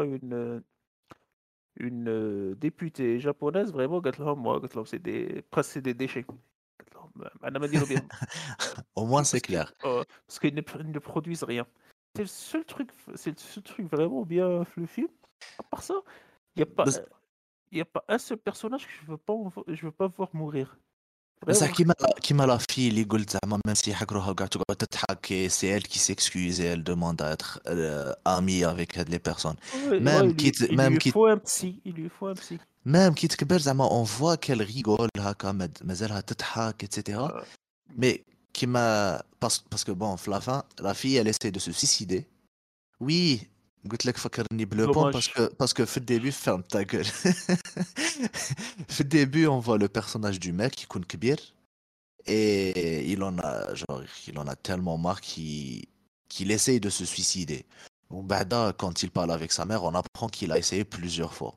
une députée japonaise vraiment قالت لهم c'est des presque c'est des déchets قالت لهم معنا ما نديرو بهم au moins c'est parce que clair parce qu'ils ne produisent rien. C'est le seul truc vraiment bien le film. À part ça, il y a pas بس il y a pas un seul personnage que je veux pas voir mourir. بصح Vraiment. كيما لا في اللي قلت زعما ميم سي يحكروها وكاع تقعد تضحك سي elle qui s'excuse et elle demande à être amie avec هاد les personnes Ouais, même ouais, il même lui qui faut un psy. Il lui faut un psy. même qui تكبر زعما on voit qu'elle rigole هكا مازالها تضحك etc Euh, mais كيما parce que bon في la fin la fille elle essaie de se suicider oui قلت لك فكرني بلو بون dommage. parce que في الدébut ferme ta gueule في الدébut on voit le personnage du mec qui يكون كبير et il en a tellement marre qu'il essaye de se suicider. Bon, Bada, quand il parle avec sa mère, on apprend qu'il a essayé plusieurs fois.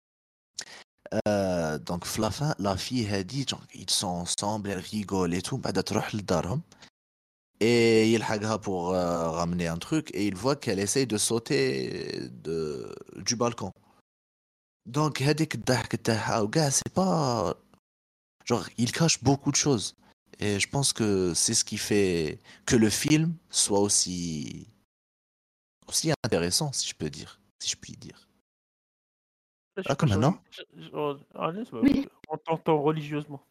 Donc, à la fin, la fille a dit, genre, ils sont ensemble, elle rigole et tout. Bada تروح لدارهم et il haga pour ramener un truc et il voit qu'elle essaye de sauter du balcon. Donc, هذيك الضحك تاعها وكاع c'est pas genre, il cache beaucoup de choses. Et je pense que c'est ce qui fait que le film soit aussi intéressant, si je peux dire, si je puis dire. Je sais Ah, pas, comme maintenant? Oui. on t'entend religieusement.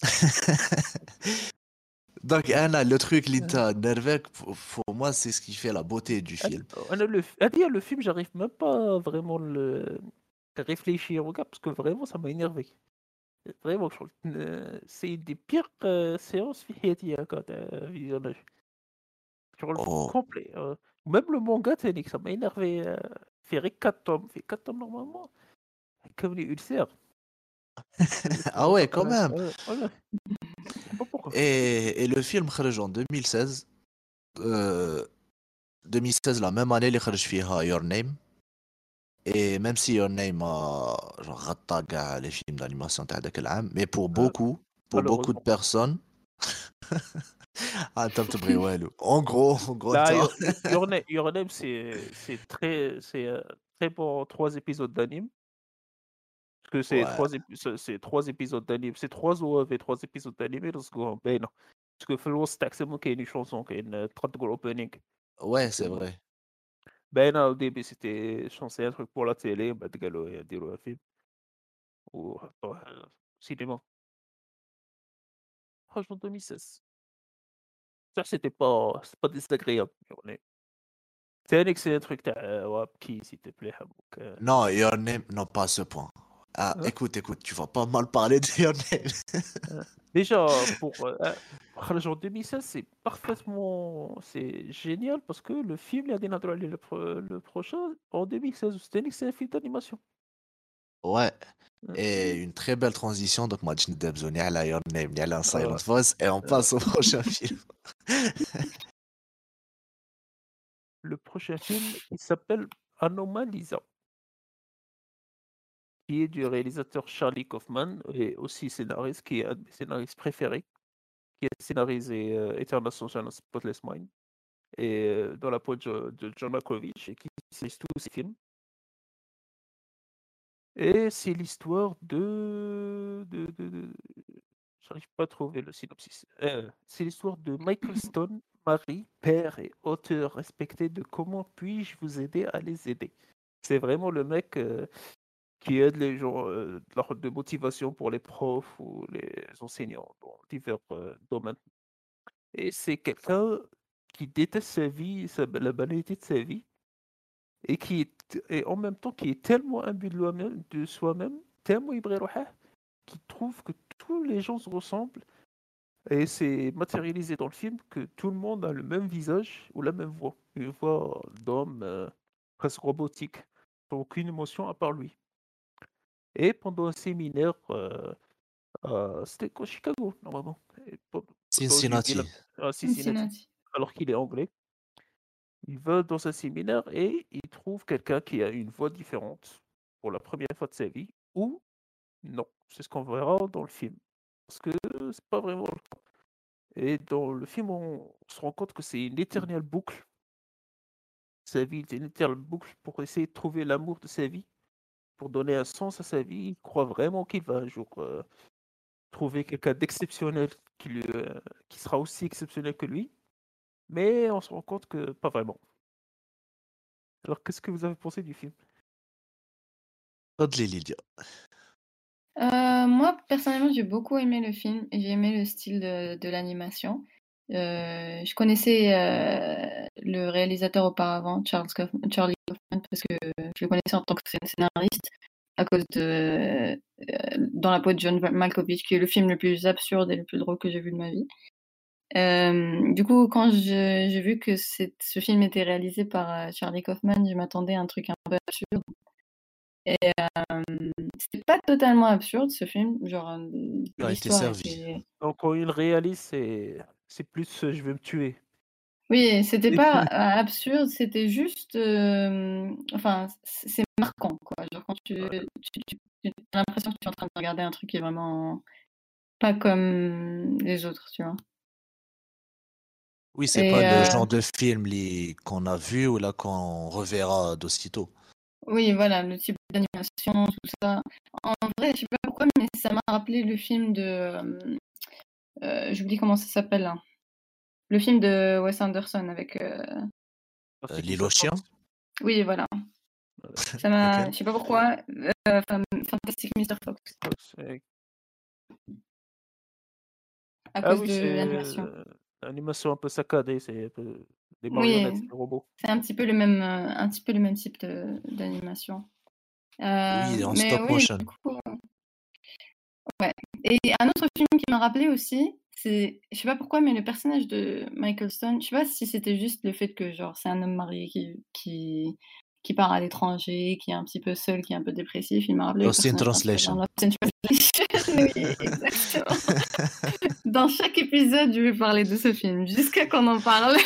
Donc, Anna, le truc, Linta, Nervek, pour moi, c'est ce qui fait la beauté du film. À dire le film, j'arrive même pas vraiment le réfléchir au gars parce que vraiment ça m'a énervé. Vraiment, c'est une des pires séances في حياتي هكا تاع visionnage. Sur le Oh, complet. Même le manga, Tunic, ça m'a énervé. Fait 4 tomes. Fait 4 tomes normalement. Comme les ulcères. ah ouais, quand même. Voilà. Je sais pas pourquoi. Et le film خرج en 2016. 2016, la même année, اللي خرج فيها Your Name. Et même si Your Name a genre غطى كاع les films d'animation تاع داك العام, mais pour beaucoup de Malheureusement. personnes, ah, t'as تبغي والو. En gros, Là, toi. Your Name, c'est très bon 3 épisodes d'anime. Parce que Ouais, c'est 3 épisodes d'anime. C'est 3 OAV, 3 épisodes d'anime. Parce que, ben non. Parce que في الوسط تاعك سمو كاين chanson كاين 30 تقول opening. ouais, c'est vrai. Ben non, au début c'était censé un truc pour la télé. بعد قالوا يديروا un film. وحطوه cinéma. Franchement 2016. Ça c'est pas désagréable. C'est un excellent truc تاع وابكي s'il te plaît حبوك. Non, Your Name, non, pas à ce point. Ah, Hein? écoute, tu vas pas mal parler de Your Name. Déjà pour خرج en 2016 c'est génial parce que le film اللي غادي نهضروا عليه le prochain en 2016 c'était un excellent film d'animation. Ouais, et une très belle transition. Donc, moi, je n'ai pas besoin de Your Name, ni à Silent Voice, et on passe au prochain film. Le prochain film il s'appelle Anomalisa. Qui est du réalisateur Charlie Kaufman et aussi scénariste, qui est un de mes scénaristes préférés, qui a scénarisé Eternal Sunshine of the Spotless Mind et dans la peau de John Malkovich et qui scénarise tous ses films. Et c'est l'histoire j'arrive pas à trouver le synopsis. C'est l'histoire de Michael Stone, mari, père et auteur respecté de Comment puis-je vous aider à les aider. C'est vraiment le mec qui aide les gens, de motivation pour les profs ou les enseignants dans divers domaines. Et c'est quelqu'un qui déteste sa vie, la banalité de sa vie, et et en même temps qui est tellement imbu de soi-même, tellement يبغي روحه, qui trouve que tous les gens se ressemblent. Et c'est matérialisé dans le film que tout le monde a le même visage ou la même voix. Une voix d'homme presque robotique, sans aucune émotion à part lui. Et pendant un séminaire, c'était à Chicago, normalement. Et dans une ville Cincinnati. à Cincinnati, Cincinnati. alors qu'il est anglais. Il va dans un séminaire et il trouve quelqu'un qui a une voix différente pour la première fois de sa vie, ou non. C'est ce qu'on verra dans le film. Parce que c'est pas vraiment le cas. Et dans le film, on se rend compte que c'est une éternelle boucle. Sa vie est une éternelle boucle pour essayer de trouver l'amour de sa vie, pour donner un sens à sa vie. Il croit vraiment qu'il va un jour trouver quelqu'un d'exceptionnel qui sera aussi exceptionnel que lui. Mais on se rend compte que pas vraiment. Alors, qu'est-ce que vous avez pensé du film? تفضلي ليديا. Moi, personnellement, j'ai beaucoup aimé le film et j'ai aimé le style de l'animation. Je connaissais le réalisateur auparavant, Charlie Kaufman, parce que je le connaissais en tant que scénariste à cause de Dans la peau de John Malkovich, qui est le film le plus absurde et le plus drôle que j'ai vu de ma vie. Du coup, quand j'ai vu que ce film était réalisé par Charlie Kaufman, je m'attendais à un truc un peu absurde. Et c'était pas totalement absurde ce film, genre Tu as été l'histoire servi. était... Donc, quand il réalise, c'est plus je vais me tuer. Oui, c'était pas absurde, c'était juste... enfin, c'est marquant, quoi. Genre quand tu as l'impression que tu es en train de regarder un truc qui est vraiment pas comme les autres, tu vois. Oui, c'est Et pas le genre de film qu'on a vu ou là qu'on reverra d'aussitôt. oui, voilà, le type d'animation, tout ça. En vrai, je sais pas pourquoi, mais ça m'a rappelé le film de... j'oublie comment ça s'appelle, là. Le film de Wes Anderson avec... L'île aux chiens. Oui, voilà. Ça m'a... Lequel? Je sais pas pourquoi. Fantastic Mr. Fox. À Ah cause oui, de c'est l'animation. l'animation un peu saccadée, c'est un peu des marionnettes, Oui, des robots. c'est un petit peu le même type d'animation. Oui, en Mais stop oui, motion. du coup, ouais. Et un autre film qui m'a rappelé aussi, c'est, je sais pas pourquoi, mais le personnage de Michael Stone, je sais pas si c'était juste le fait que genre c'est un homme marié qui part à l'étranger, qui est un petit peu seul, qui est un peu dépressif. Il m'a rappelé le Lost in personnage principal dans Translation. Lost in Translation. Oui, exactement. Dans chaque épisode, je vais parler de ce film jusqu'à qu'on en parle.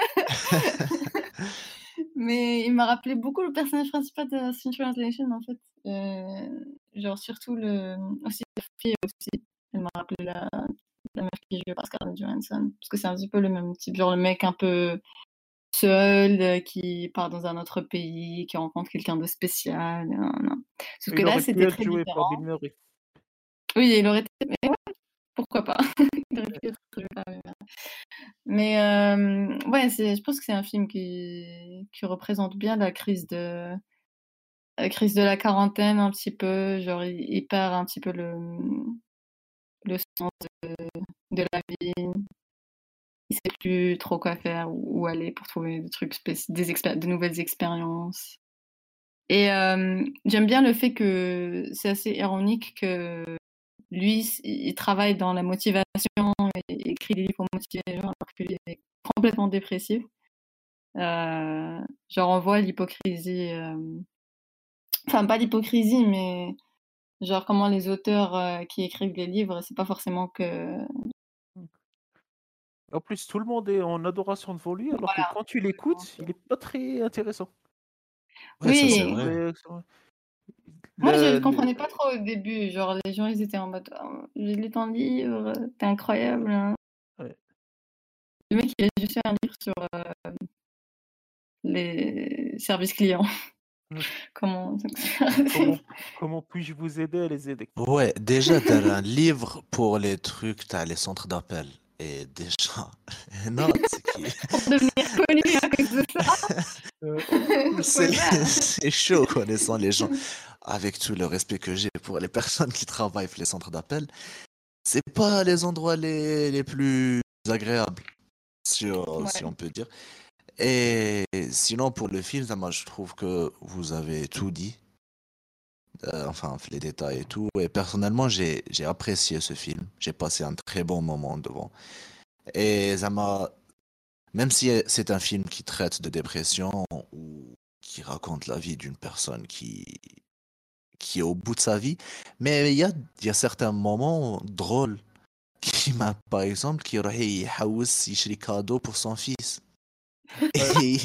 Mais il m'a rappelé beaucoup le personnage principal de Lost in Translation en fait. Genre surtout aussi la fille aussi. Elle m'a rappelé la meuf qui joue par Scarlett Johansson. Parce que c'est un petit peu le même type. Genre le mec un peu seul, qui part dans un autre pays, qui rencontre quelqu'un de spécial. Non. Sauf que Il là, aurait pu c'était être très joué par Bill différent. Murray. Oui, il aurait été... Mais ouais, pourquoi pas. Il aurait pu être joué par lui. Mais ouais, je pense que c'est un film qui représente bien la crise de la quarantaine un petit peu. Genre, il perd un petit peu le sens de la vie. Il sait plus trop quoi faire, où aller pour trouver des trucs de nouvelles expériences. Et j'aime bien le fait que c'est assez ironique que lui, il travaille dans la motivation et écrit des livres pour motiver les gens alors qu'il est complètement dépressif. Genre on voit l'hypocrisie, enfin pas l'hypocrisie, mais genre comment les auteurs qui écrivent les livres, c'est pas forcément que... En plus, tout le monde est en adoration devant lui, alors que Voilà. quand tu l'écoutes, il est pas très intéressant. Ouais, ça c'est Oui, vrai. moi je Le- ne comprenais le- pas trop au début, genre les gens ils étaient en mode oh, j'ai lu ton livre, t'es incroyable, hein. ouais. Le mec il a juste fait un livre sur les services clients. Mm. Comment Comment puis-je vous aider à les aider? Ouais, déjà, t'as un livre pour les trucs, t'as les centres d'appel. Et déjà, non, c'est qui... pour devenir connu à cause de ça. c'est chaud connaissant les gens. Avec tout le respect que j'ai pour les personnes qui travaillent pour les centres d'appel, c'est pas les endroits les plus agréables. si Ouais. on peut dire. Et sinon, pour le film, moi, je trouve que vous avez tout dit. Enfin, les détails et tout. Et personnellement, j'ai apprécié ce film. J'ai passé un très bon moment devant. Et ça m'a. Même si c'est un film qui traite de dépression ou qui raconte la vie d'une personne qui est au bout de sa vie, mais il y a certains moments drôles qui m'a, par exemple, qui aurait يحوس cadeau pour son fils. Et,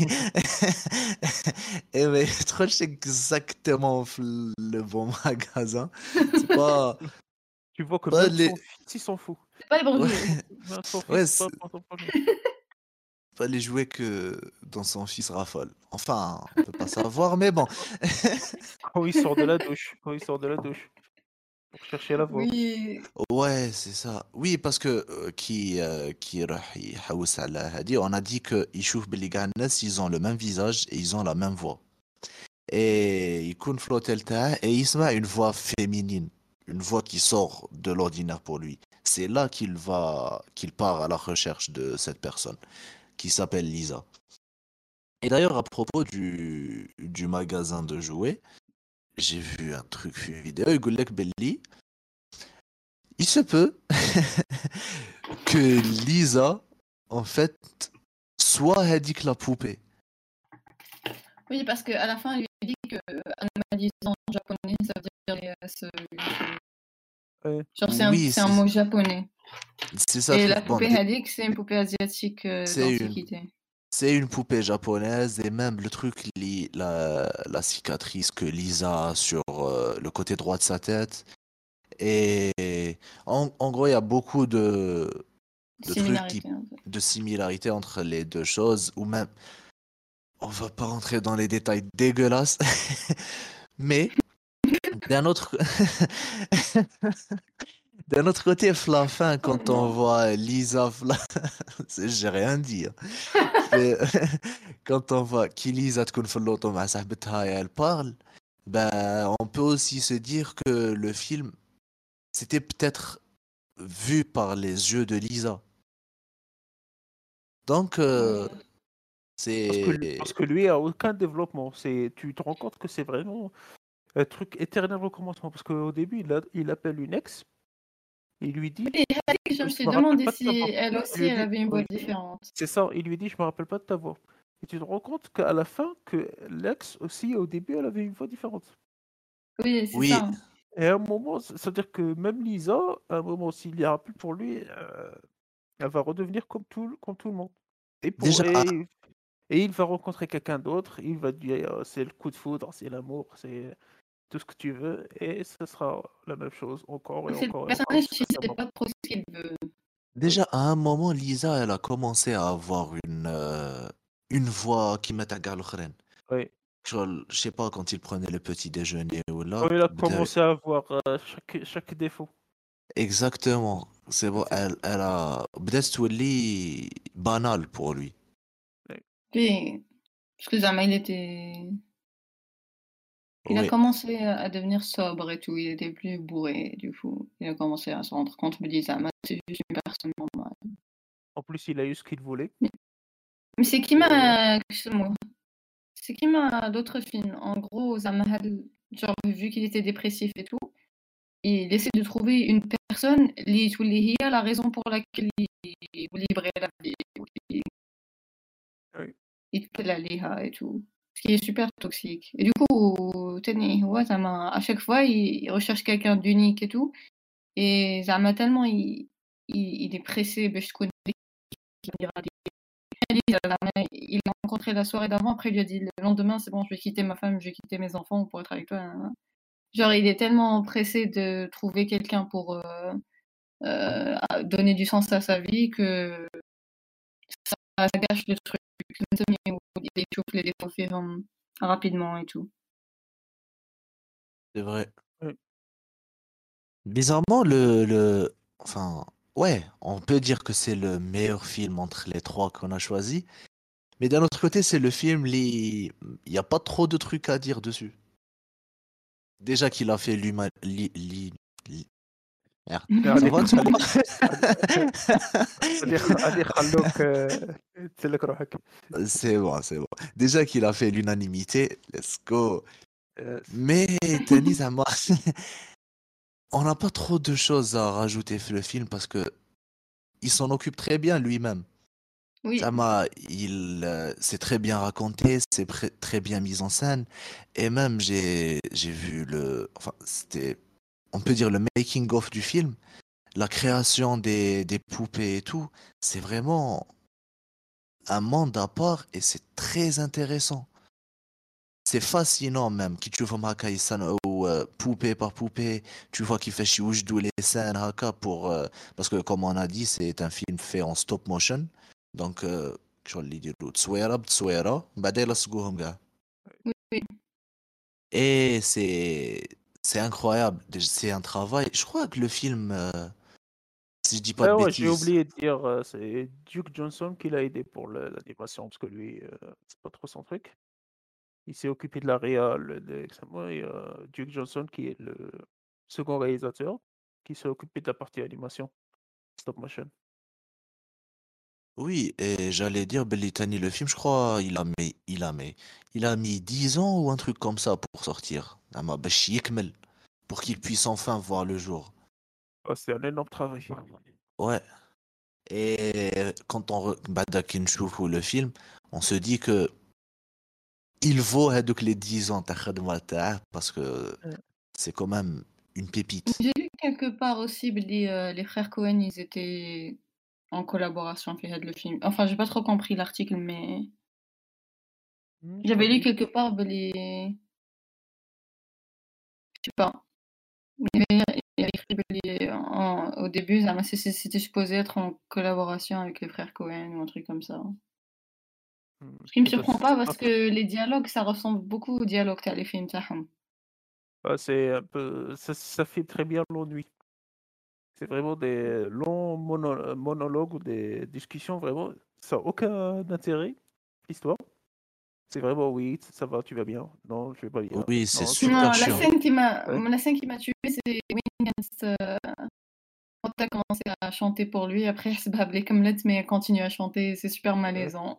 et mais trop c'est exactement le bon magasin. C'est pas, Tu vois que pas même les. son fils, il s'en fout. C'est pas les Ouais, Bordelais. Même son ouais, fils, c'est pas son problème. pas les jouets que dont son fils raffole. Enfin, on peut pas savoir, mais bon. Quand il sort de la douche, quand il sort de la douche, pour chercher la voix. Oui. Ouais, c'est ça. Oui, parce que qui راح يحوس على هادي, on a dit que يشوف باللي كاع الناس ils ont le même visage et ils ont la même voix. Et يكون في l'hôtel تاعه et يسمع une voix féminine, une voix qui sort de l'ordinaire pour lui. C'est là qu'il part à la recherche de cette personne qui s'appelle Lisa. Et d'ailleurs, à propos du magasin de jouets, j'ai vu un truc, une vidéo, يقول لك باللي il se peut que Lisa, en fait, soit هذيك la poupée. Oui, parce qu'à la fin, il lui dit que analyse en japonais, ça veut dire Ouais. genre c'est Oui, un mot japonais. c'est ça. Et la Bon, poupée Hadik, c'est une poupée asiatique c'est d'Antiquité. c'est une poupée japonaise et même le truc, la cicatrice que Lisa a sur le côté droit de sa tête. Et en gros, il y a beaucoup de trucs Similarité. En fait. de similarités entre les deux choses, ou même, on va pas rentrer dans les détails dégueulasses, mais d'un autre, d'un autre côté, la fin, quand on voit Lisa, j'ai rien dit. Mais quand on voit qui Lisa تكون في اللوطو مع صاحبتها et elle parle, ben, on peut aussi se dire que le film, c'était peut-être vu par les yeux de Lisa. Donc, Parce que lui a aucun développement. Tu te rends compte que c'est vraiment un truc éternel recommencement. Parce qu'au début, il appelle une ex. Il lui dit. Et Hadik, je me suis me rappelle demandé pas de ta si voix. elle Il aussi, lui elle dit- avait une voix oui, différente. C'est ça, il lui dit, je me rappelle pas de ta voix. Et tu te rends compte qu'à la fin, que l'ex aussi, au début, elle avait une voix différente. Oui, c'est oui, ça. Et à un moment, c'est-à-dire que même Lisa, à un moment, s'il y a plus pour lui, elle va redevenir comme tout le monde. déjà, Et il va rencontrer quelqu'un d'autre, il va dire c'est le coup de foudre, c'est l'amour, c'est tout ce que tu veux, et ce sera la même chose encore et C'est le encore et encore. personnage qui jusqu'à sait sa mort. pas trop ce qu'il veut. déjà, à un moment, Lisa, elle a commencé à avoir une voix qui met à l'autre. Oui. Je sais pas, quand il prenait le petit déjeuner ou là. Quand il a commencé à avoir chaque défaut. Exactement. C'est bon, elle a. بدات تولي banal pour lui. Puis, parce que Zama, il a Oui, commencé à devenir sobre et tout, il était plus bourré, du coup. Il a commencé à se rendre compte, je me dis, Zama, c'est juste une personne normale. En plus, il a eu ce qu'il voulait. Mais c'est qui m'a... C'est qui m'a d'autres films. En gros, Zama, genre, vu qu'il était dépressif et tout, il essaie de trouver une personne, qui a la raison pour laquelle il voulait livrer la vie. Oui. Il peut la liha et tout. Ce qui est super toxique. Et du coup, Tani, ouais, Zama, à chaque fois, il recherche quelqu'un d'unique et tout. Et Zama, tellement il est pressé, ben, je connais il l'a rencontré la soirée d'avant, après il lui a dit le lendemain, c'est bon, je vais quitter ma femme, je vais quitter mes enfants pour être avec toi. Hein. Genre, il est tellement pressé de trouver quelqu'un pour donner du sens à sa vie que ça gâche le truc. Il échauffe les défauts rapidement et tout. c'est vrai. Oui. Bizarrement, enfin, ouais, on peut dire que c'est le meilleur film entre les trois qu'on a choisi. Mais d'un autre côté, c'est le film, il n'y a pas trop de trucs à dire dessus. Déjà qu'il a fait غادي Ça va, toi? غادي يخلوك تسلك روحك. C'est bon, c'est bon. Déjà qu'il a fait l'unanimité, let's go. Yes. Mais Tani, ça m'a... On n'a pas trop de choses à rajouter sur le film parce que il s'en occupe très bien lui-même. Oui, Ça m'a... C'est très bien raconté, c'est très bien mis en scène. Et même, j'ai vu le... Enfin, c'était... On peut dire le making-of du film. La création des poupées et tout. C'est vraiment un monde à part et c'est très intéressant. C'est fascinant même. Qui tu vois Maka ou poupée par poupée, tu vois qu'il fait chioujdou les scènes haka pour parce que comme on a dit, c'est un film fait en stop motion. Donc شغل اللي يديروا تصويره بتصويره بعدين يلصقوهم كاع. oui, oui. Et c'est incroyable. C'est un travail. Je crois que le film si je dis pas de Ouais, j'ai bêtises. oublié de dire, c'est Duke Johnson qui l'a aidé pour l'animation, parce que lui, c'est pas trop son truc. Il s'est occupé de la réal, et Duke Johnson qui est le second réalisateur, qui s'est occupé de la partie animation, stop motion. Oui, et j'allais dire Bellitani, le film, je crois, il a mis 10 ans ou un truc comme ça pour sortir. Ama باش يكمل, pour qu'il puisse enfin voir le jour. Oh, c'est un énorme travail. Ouais. Et quand بعدا كي نشوفوا le film, on se dit que il vaut هادوك les 10 ans تاع الخدمة تاعه parce que c'est quand même une pépite. J'ai lu quelque part aussi les frères Cohen, ils étaient en collaboration avec le film. Enfin, j'ai pas trop compris l'article, mais j'avais lu quelque part je sais pas. Il y avait écrit au début, c'était supposé être en collaboration avec les frères Cohen ou un truc comme ça. Ce qui me surprend pas parce que les dialogues, ça ressemble beaucoup aux dialogues t'as les films تاعهم. C'est un peu, ça fait très bien l'ennui. C'est vraiment des longs monologues ou des discussions, vraiment, ça n'a aucun intérêt, l'histoire. C'est vraiment oui, ça va, tu vas bien. Non, je vais pas bien. Oui, c'est Non, super Non, chiant. la scène qui m'a tuée, c'est quand t'as commencé à chanter pour lui, après c'est comme lettre, mais elle continue à chanter, c'est super malaisant.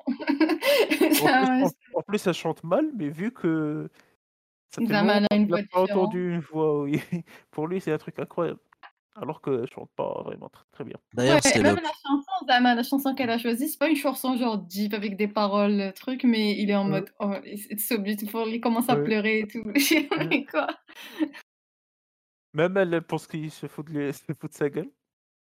En plus, ça chante mal, mais vu que ça fait Zaman a longtemps une qu'il voix n'a pas entendu différente. une voix, oui. Pour lui, c'est un truc incroyable. Alors que je chante pas vraiment très bien. D'ailleurs, Ouais, c'est même le... la chanson, Zaman, la chanson qu'elle a choisie, c'est pas une chanson genre deep avec des paroles, truc, mais il est en mode oh, it's so beautiful, il commence à Ouais. pleurer et tout. Je sais pas, mais quoi. Même elle, elle pense qu'il se fout se fout de sa gueule.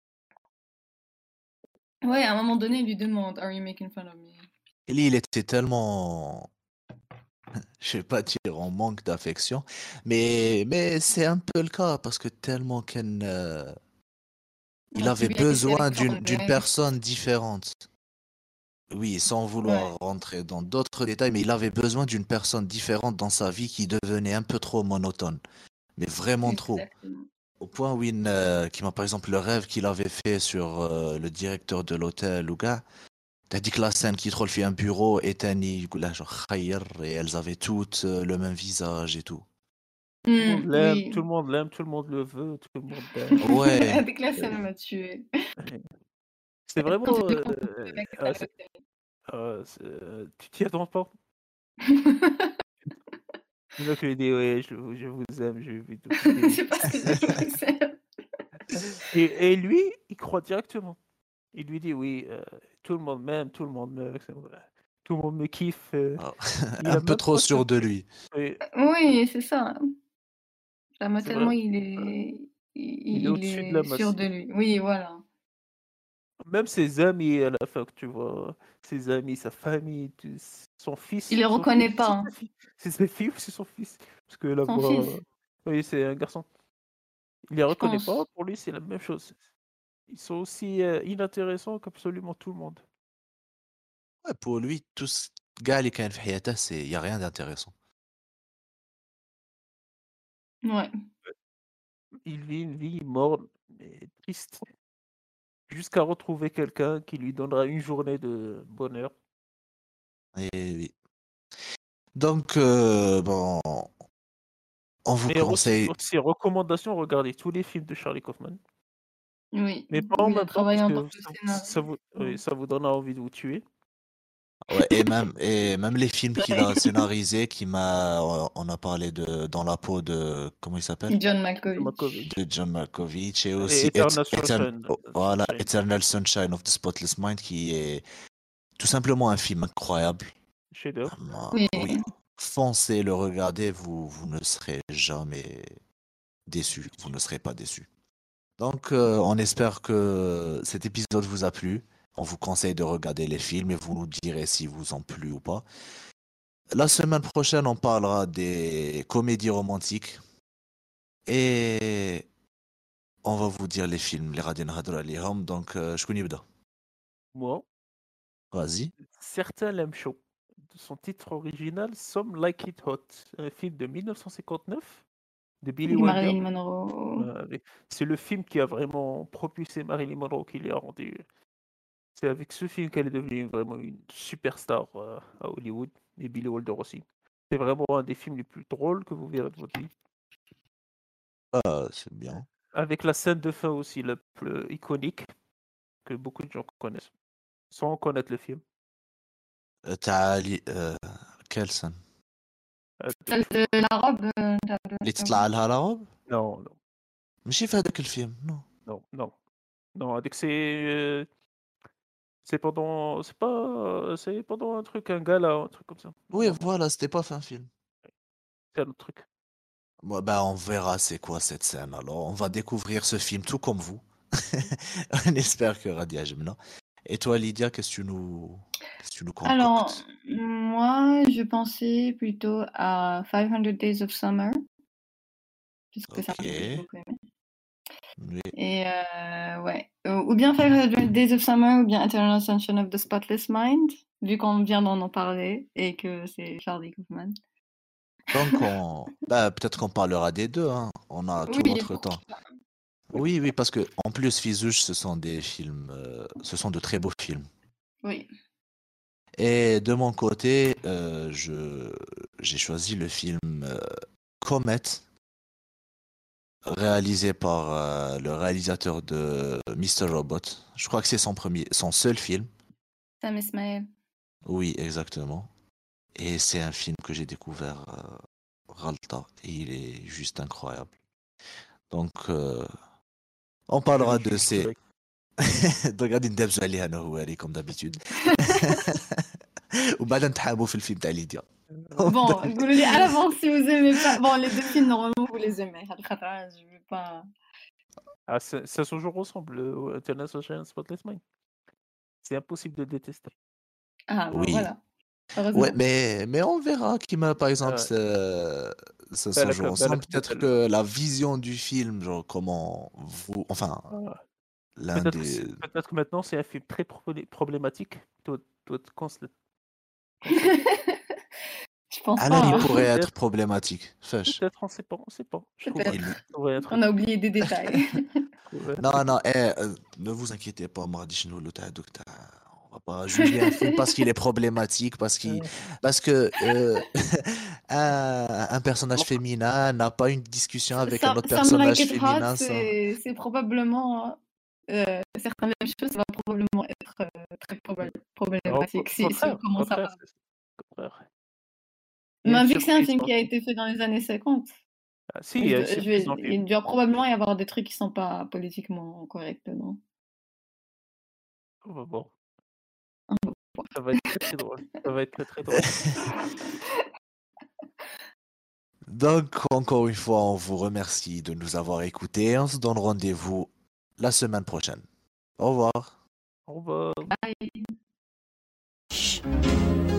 Ouais, à un moment donné, il lui demande Are you making fun of me? Lui, il était tellement, je vais pas dire en manque d'affection, mais c'est un peu le cas parce que tellement Ken, il Ouais, avait lui a laissé besoin avec son d'une ex. personne différente. Oui, sans vouloir rentrer dans d'autres détails, mais il avait besoin d'une personne différente dans sa vie qui devenait un peu trop monotone, mais vraiment trop. Exactement. Au point où qui m'a par exemple le rêve qu'il avait fait sur le directeur de l'hôtel ou gars. T'as dit que la scène qui troll fait un bureau et Tani là genre khayr, et elles avaient toutes le même visage et tout. Tout le monde l'aime, Oui. tout le monde l'aime, tout le monde le veut, tout le monde l'aime. Ouais. Avec la scène, elle m'a tué. C'est vraiment. Quand il est content avec la Tu t'y attends pas. Le mec lui dit ouais, je vous aime, je vais tout Je sais pas ce que je vous aime. Et lui, il croit directement. Il lui dit oui, tout le monde m'aime, tout le monde tout le monde me kiffe. Ah, Il a un peu même trop pas sûr de capté. lui. Oui, Oui, c'est ça. Vraiment, c'est tellement vrai. il est, Il est il au-dessus de la est sûr masse. de lui. Oui, voilà. Même ses amis à la fac, tu vois, ses amis, sa famille, son fils. Il les Son reconnaît fils, pas. Hein. c'est sa fille ou c'est son fils? Parce que la Son voix. fils, Oui, c'est un garçon. Il les je reconnaît pas, pense. pour lui, c'est la même chose. Ils sont aussi inintéressants qu'absolument tout le monde. Ouais, pour lui, tout ce gars qui a في حياته, c'est y a rien d'intéressant. Ouais. Il vit une vie morne et triste jusqu'à retrouver quelqu'un qui lui donnera une journée de bonheur. Et oui. Donc bon, on vous Mais aussi, conseille. aussi recommandation, regardez tous les films de Charlie Kaufman. Oui, Mais pas où en il a même temps travaillé parce en tant que que scénariste. ça vous donne envie de vous tuer. Ouais, et même les films qu'il a scénarisés, on a parlé de Dans la peau de, comment il s'appelle? John C'est Malkovich. De John Malkovich, et Et aussi Eternal Sunshine. voilà, Sunshine. Eternal Sunshine of the Spotless Mind, qui est tout simplement un film incroyable. Chef-d'œuvre. Oui. Oui, foncez le regarder, vous ne serez jamais déçus, vous ne serez pas déçus. Donc, on espère que cet épisode vous a plu. On vous conseille de regarder les films et vous nous direz si vous ont plu ou pas. La semaine prochaine, on parlera des comédies romantiques et on va vous dire les films, les radins hadra alihom. Donc, je connais bien. Moi, Vas-y. certains l'aiment chaud. Son titre original, Some Like It Hot, un film de 1959 de Billy Wilder. Marilyn Monroe. C'est le film qui a vraiment propulsé Marilyn Monroe, qui l'a rendu. C'est avec ce film qu'elle est devenue vraiment une superstar à Hollywood, et Billy Wilder aussi. C'est vraiment un des films les plus drôles que vous verrez de votre vie. Ah, c'est bien. Avec la scène de fin aussi, la plus iconique, que beaucoup de gens connaissent, sans connaître le film. Quelle scène? Celle de la robe. اللي تطلع لها la robe? Non, non, ماشي في هذاك الفيلم، non. non, non. Non, avec c'est pendant, c'est pendant un truc, un gala, un truc comme ça. Oui, Non, voilà, c'était pas fait un film. c'est un autre truc. Bon, ben, on verra c'est quoi cette scène. Alors, on va découvrir ce film tout comme vous. On espère que Radia Jemna. Et toi, Lydia, qu'est-ce que tu nous concoctes? Alors, moi, je pensais plutôt à 500 Days of Summer, puisque ça Ok. j'ai beaucoup aimé. Oui. Et ouais, ou bien 500 Days of Summer, ou bien Eternal Sunshine of the Spotless Mind, vu qu'on vient d'en parler et que c'est Charlie Kaufman. Donc, peut-être qu'on parlera des deux, hein. On a tout Oui, notre temps. Oui, oui, parce que en plus, Fizouche, ce sont des films, ce sont de très beaux films. oui. Et de mon côté, j'ai choisi le film Comet, réalisé par le réalisateur de Mr. Robot. Je crois que c'est son seul film. Sam Esmail. Oui, exactement. Et c'est un film que j'ai découvert Ralta, et il est juste incroyable. Donc, on parlera de ces... regarde une debs عليها انا هو comme d'habitude. وبعدين نتحابوا في الفيلم تاع ليديا. Bon, قولوا لي à l'avance si vous aimez pas. Bon, les deux films, normalement, vous les aimez. Je vais pas... Ah, ça se joue ensemble, Eternal Sunshine Spotless Mind. C'est impossible de détester. Ah, bah Oui. voilà. Heureusement. Ouais, mais on verra qui m'a, par exemple, ça se joue ensemble. Peut-être que la vision du film, genre comment vous... Enfin, l'un des... Peut-être que maintenant, c'est un film très problématique. Toi, Je pense Alors, pas. il hein. pourrait être problématique. Fâche. Peut-être, on sait pas. Je trouve Peut-être. qu'il pourrait être- On a oublié des détails. Non, ne vous inquiétez pas, moi, dis-nous le tas docteur. On va pas juger un film parce qu'il est problématique, parce que un personnage féminin n'a pas une discussion avec un autre personnage féminin. C'est probablement certaines choses va probablement être très problématique si on commence à parler. Mais vu que c'est un film qui a été fait dans les années 50, il doit probablement y avoir des trucs qui sont pas politiquement corrects dedans. On va voir. Ça va être très drôle. Ça va être très drôle. Donc, encore une fois, on vous remercie de nous avoir écoutés. On se donne rendez-vous la semaine prochaine. Au revoir. Au revoir. Bye.